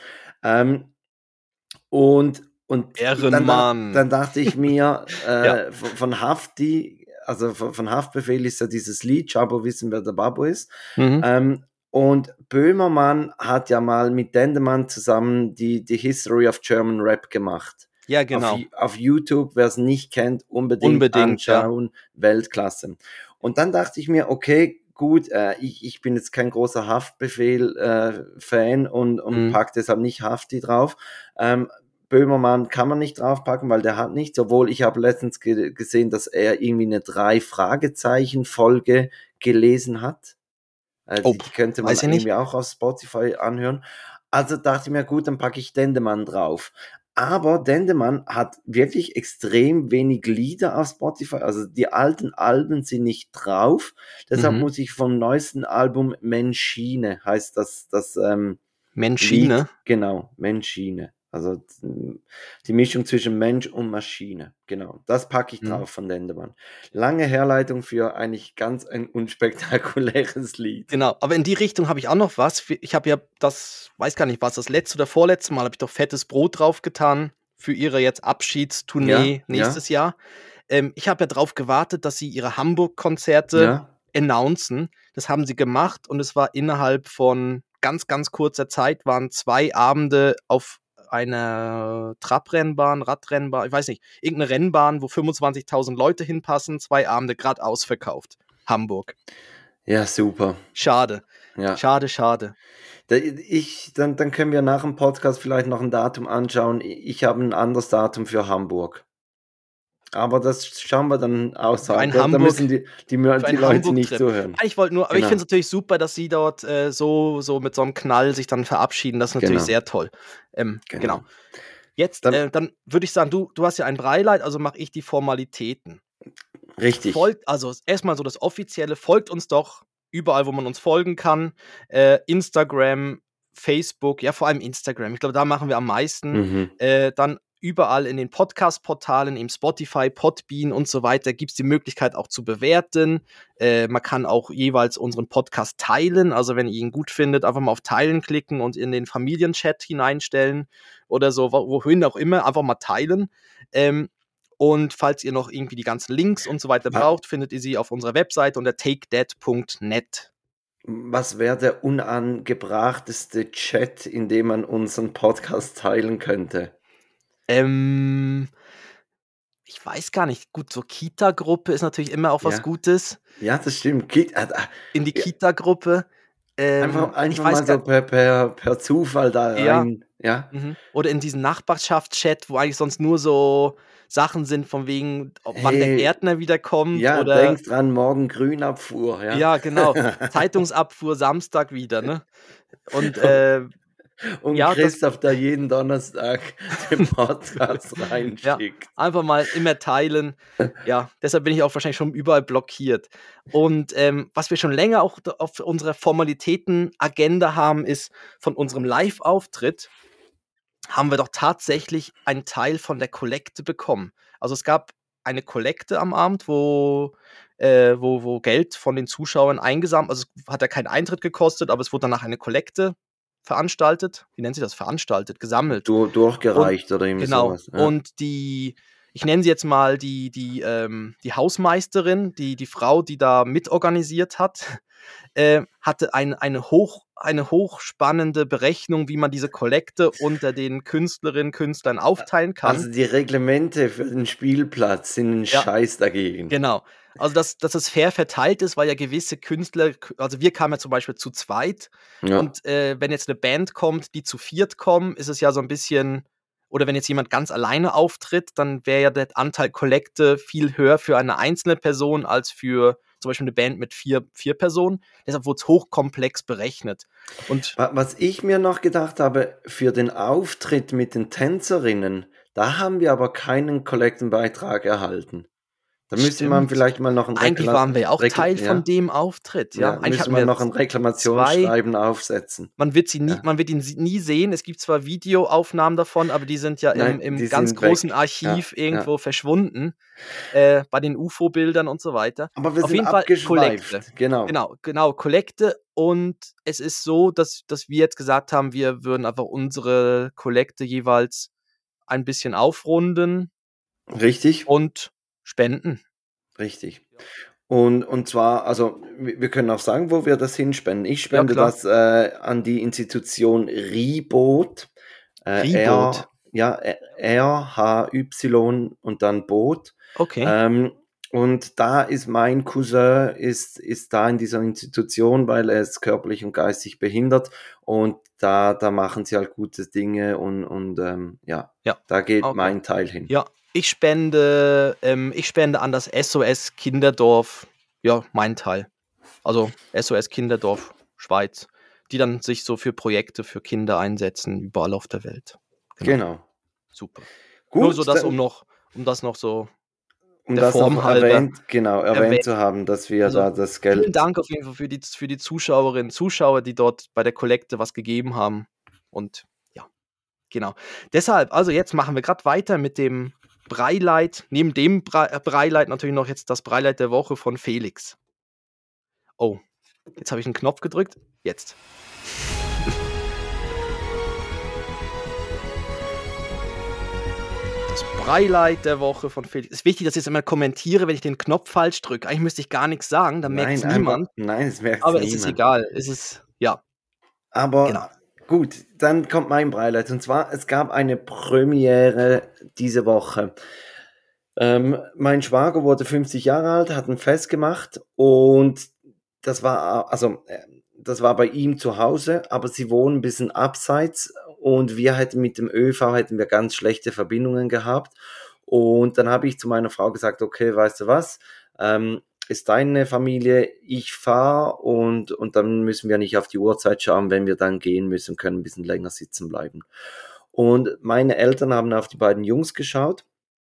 Und Ehrenmann. dann dachte ich mir, Ja. von Hafti, also von Haftbefehl ist ja dieses Lied, Jabo wissen, wer der Babbo ist. Mhm. Und Böhmermann hat ja mal mit Dendemann zusammen die History of German Rap gemacht. Ja, genau. Auf YouTube, wer es nicht kennt, unbedingt Ja. anschauen, Weltklasse. Und dann dachte ich mir, okay, gut, ich bin jetzt kein großer Haftbefehl-Fan und pack deshalb nicht Hafti drauf. Böhmermann kann man nicht draufpacken, weil der hat nichts, obwohl ich habe letztens gesehen, dass er irgendwie eine 3-Fragezeichen-Folge gelesen hat. Die könnte man weiß ich nicht. irgendwie auch auf Spotify anhören. Also dachte ich mir, gut, dann packe ich Dendemann drauf. Aber Dendemann hat wirklich extrem wenig Lieder auf Spotify. Also die alten Alben sind nicht drauf. Deshalb muss ich vom neuesten Album Menschine, heißt das Menschine. Lied. Genau, Menschine. Also die Mischung zwischen Mensch und Maschine. Genau, das packe ich drauf von Dendemann. Lange Herleitung für eigentlich ganz ein unspektakuläres Lied. Genau, aber in die Richtung habe ich auch noch was. Ich habe ja das, weiß gar nicht was, das letzte oder vorletzte Mal habe ich doch fettes Brot draufgetan für ihre jetzt Abschiedstournee nächstes Jahr. Ich habe ja drauf gewartet, dass sie ihre Hamburg-Konzerte announcen. Das haben sie gemacht und es war innerhalb von ganz, ganz kurzer Zeit, waren 2 Abende auf einer Radrennbahn, ich weiß nicht, irgendeine Rennbahn, wo 25.000 Leute hinpassen, 2 Abende gerade ausverkauft. Hamburg. Ja, super. Schade. Ja. Schade. Dann können wir nach dem Podcast vielleicht noch ein Datum anschauen. Ich habe ein anderes Datum für Hamburg. Aber das schauen wir dann außerhalb. Da müssen die Leute nicht zuhören. Ich wollte nur, aber ich finde es natürlich super, dass sie dort so mit so einem Knall sich dann verabschieden. Das ist natürlich sehr toll. Genau. Jetzt, dann würde ich sagen, du hast ja ein Breileid, also mache ich die Formalitäten. Richtig. Also erstmal so das Offizielle, folgt uns doch überall, wo man uns folgen kann. Instagram, Facebook, ja, vor allem Instagram. Ich glaube, da machen wir am meisten. Dann überall in den Podcast-Portalen, im Spotify, Podbean und so weiter, gibt es die Möglichkeit auch zu bewerten. Man kann auch jeweils unseren Podcast teilen. Also wenn ihr ihn gut findet, einfach mal auf Teilen klicken und in den Familienchat hineinstellen oder so, wohin auch immer, einfach mal teilen. Und falls ihr noch irgendwie die ganzen Links und so weiter braucht, findet ihr sie auf unserer Webseite unter takethat.net. Was wäre der unangebrachteste Chat, in dem man unseren Podcast teilen könnte? Ich weiß gar nicht. Gut, so Kita-Gruppe ist natürlich immer auch was Gutes. Ja, das stimmt. In die Kita-Gruppe. Einfach mal so per Zufall da rein. Ja. Oder in diesen Nachbarschaftschat, wo eigentlich sonst nur so Sachen sind, von wegen, wann der Gärtner wieder kommt. Ja, oder denk dran, morgen Grünabfuhr. Ja, genau. Zeitungsabfuhr Samstag wieder, ne? Und Christoph da jeden Donnerstag den Podcast reinschickt. Ja, einfach mal immer teilen. Ja, deshalb bin ich auch wahrscheinlich schon überall blockiert. Und was wir schon länger auch auf unserer Formalitäten-Agenda haben, ist von unserem Live-Auftritt haben wir doch tatsächlich einen Teil von der Kollekte bekommen. Also es gab eine Kollekte am Abend, wo Geld von den Zuschauern eingesammelt, also es hat ja keinen Eintritt gekostet, aber es wurde danach eine Kollekte veranstaltet. Wie nennt sich das? Gesammelt. Durchgereicht oder irgendwie genau. sowas. Ja. Und ich ich nenne sie jetzt mal die Hausmeisterin, die Frau, die da mitorganisiert hat, hatte eine hochspannende Berechnung, wie man diese Kollekte unter den Künstlerinnen und Künstlern aufteilen kann. Also die Reglemente für den Spielplatz sind ein Ja. Scheiß dagegen. Genau. Also, dass es fair verteilt ist, weil ja gewisse Künstler, also wir kamen ja zum Beispiel zu zweit Ja. und wenn jetzt eine Band kommt, die zu viert kommen, ist es ja so ein bisschen, oder wenn jetzt jemand ganz alleine auftritt, dann wäre ja der Anteil Kollekte viel höher für eine einzelne Person als für zum Beispiel eine Band mit vier Personen. Deshalb wurde es hochkomplex berechnet. Und Was ich mir noch gedacht habe, für den Auftritt mit den Tänzerinnen, da haben wir aber keinen Kollektenbeitrag erhalten. Da müsste man stimmt. vielleicht mal noch ein Eigentlich waren wir ja auch Teil von dem Auftritt. Ja, Ja, eigentlich müssen hatten wir wir noch ein Reklamationsschreiben aufsetzen. Man wird sie Ja. nie sehen. Es gibt zwar Videoaufnahmen davon, aber die sind ja Nein, im die ganz sind großen weg. Archiv Ja, irgendwo verschwunden, bei den UFO-Bildern und so weiter. Aber wir Auf sind jeden Fall abgeschweift. Kollekte. Genau. Genau, Kollekte. Und es ist so, dass wir jetzt gesagt haben, wir würden einfach unsere Kollekte jeweils ein bisschen aufrunden Richtig. und spenden. Richtig. Und zwar, also wir können auch sagen, wo wir das hinspenden. Ich spende klar. das an die Institution Ribot. Ribot? RHY und dann Boot. Okay. Und da ist mein Cousin, ist da in dieser Institution, weil er ist körperlich und geistig behindert. Und da machen sie halt gute Dinge und da geht Okay. mein Teil hin. Ja, ich spende an das SOS Kinderdorf, ja, mein Teil. Also SOS Kinderdorf Schweiz, die dann sich so für Projekte für Kinder einsetzen, überall auf der Welt. Genau. Super. Gut, Nur so das, dann- um das noch so um der das Form noch halber erwähnt zu haben, dass wir Also, da das Geld. Vielen Dank auf jeden Fall für die Zuschauerinnen und Zuschauer, die dort bei der Kollekte was gegeben haben. Und ja, genau. Deshalb, also jetzt machen wir gerade weiter mit dem Breileid. Neben dem Breileid natürlich noch jetzt das Breileid der Woche von Felix. Oh, jetzt habe ich einen Knopf gedrückt. Jetzt. Das Breileid der Woche von Felix. Es ist wichtig, dass ich jetzt immer kommentiere, wenn ich den Knopf falsch drücke. Eigentlich müsste ich gar nichts sagen, dann merkt es niemand. Nein, es merkt Aber niemand. es ist egal. Es ist, ja. Aber Genau. gut, dann kommt mein Beileid. Und zwar, es gab eine Premiere diese Woche. Mein Schwager wurde 50 Jahre alt, hat ein Fest gemacht und das war bei ihm zu Hause, aber sie wohnen ein bisschen abseits und wir hätten mit dem ÖV ganz schlechte Verbindungen gehabt. Und dann habe ich zu meiner Frau gesagt, okay, weißt du was, ist deine Familie, ich fahre und dann müssen wir nicht auf die Uhrzeit schauen, wenn wir dann gehen müssen, können ein bisschen länger sitzen bleiben. Und meine Eltern haben auf die beiden Jungs geschaut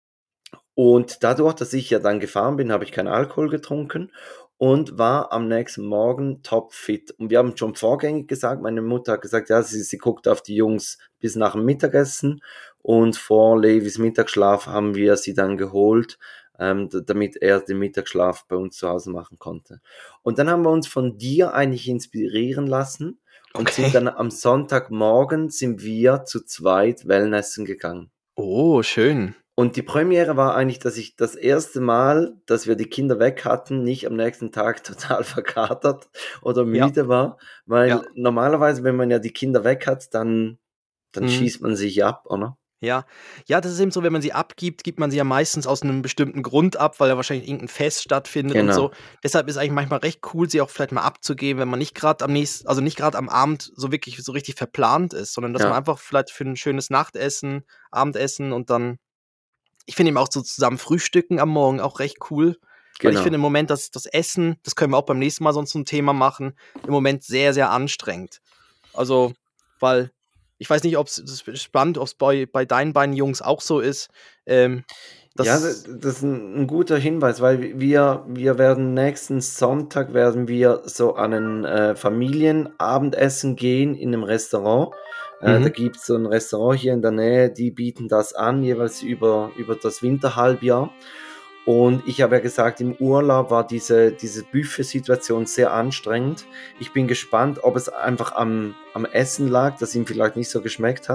und dadurch, dass ich ja dann gefahren bin, habe ich keinen Alkohol getrunken und war am nächsten Morgen topfit. Und wir haben schon vorgängig gesagt, meine Mutter hat gesagt, ja, sie guckt auf die Jungs bis nach dem Mittagessen und vor Levis Mittagsschlaf haben wir sie dann geholt, damit er den Mittagsschlaf bei uns zu Hause machen konnte. Und dann haben wir uns von dir eigentlich inspirieren lassen und Okay. sind dann am Sonntagmorgen sind wir zu zweit Wellnessen gegangen. Oh, schön. Und die Premiere war eigentlich, dass ich das erste Mal, dass wir die Kinder weg hatten, nicht am nächsten Tag total verkatert oder müde war, weil Ja. normalerweise, wenn man ja die Kinder weg hat, dann schießt man sich ab, oder? Ja, das ist eben so, wenn man sie abgibt, gibt man sie ja meistens aus einem bestimmten Grund ab, weil ja wahrscheinlich irgendein Fest stattfindet und Genau. so. Deshalb ist eigentlich manchmal recht cool, sie auch vielleicht mal abzugeben, wenn man nicht gerade am Abend so wirklich so richtig verplant ist, sondern dass Ja. man einfach vielleicht für ein schönes Nachtessen, Abendessen und dann, ich finde eben auch so zusammen frühstücken am Morgen auch recht cool. Weil ich Genau. finde im Moment, dass das Essen, das können wir auch beim nächsten Mal sonst ein Thema machen, im Moment sehr, sehr anstrengend. Also, weil ich weiß nicht, das ist spannend, ob es bei deinen beiden Jungs auch so ist. Ja, das ist ein guter Hinweis, weil wir werden nächsten Sonntag so an ein Familienabendessen gehen in einem Restaurant. Da gibt es so ein Restaurant hier in der Nähe, die bieten das an, jeweils über das Winterhalbjahr. Und ich habe ja gesagt, im Urlaub war diese Buffet-Situation sehr anstrengend. Ich bin gespannt, ob es einfach am Essen lag, das ihm vielleicht nicht so geschmeckt hat,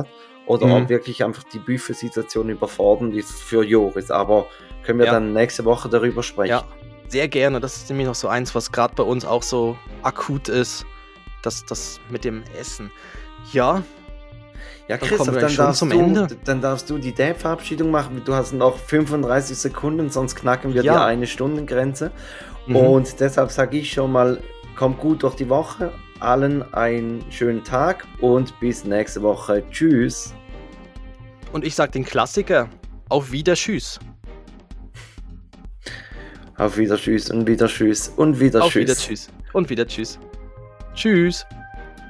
oder ob wirklich einfach die Buffet-Situation überfordernd ist für Joris. Aber können wir dann nächste Woche darüber sprechen? Ja, sehr gerne. Das ist nämlich noch so eins, was gerade bei uns auch so akut ist. Das mit dem Essen. Ja. Ja, Christoph, dann darfst du die Date-Verabschiedung machen. Du hast noch 35 Sekunden, sonst knacken wir die 1-Stunden-Grenze. Und deshalb sage ich schon mal, kommt gut durch die Woche. Allen einen schönen Tag und bis nächste Woche. Tschüss. Und ich sage den Klassiker, auf wieder Tschüss. Auf wieder Tschüss und wieder Tschüss und wieder Auf Tschüss. wieder Tschüss und wieder Tschüss. Tschüss.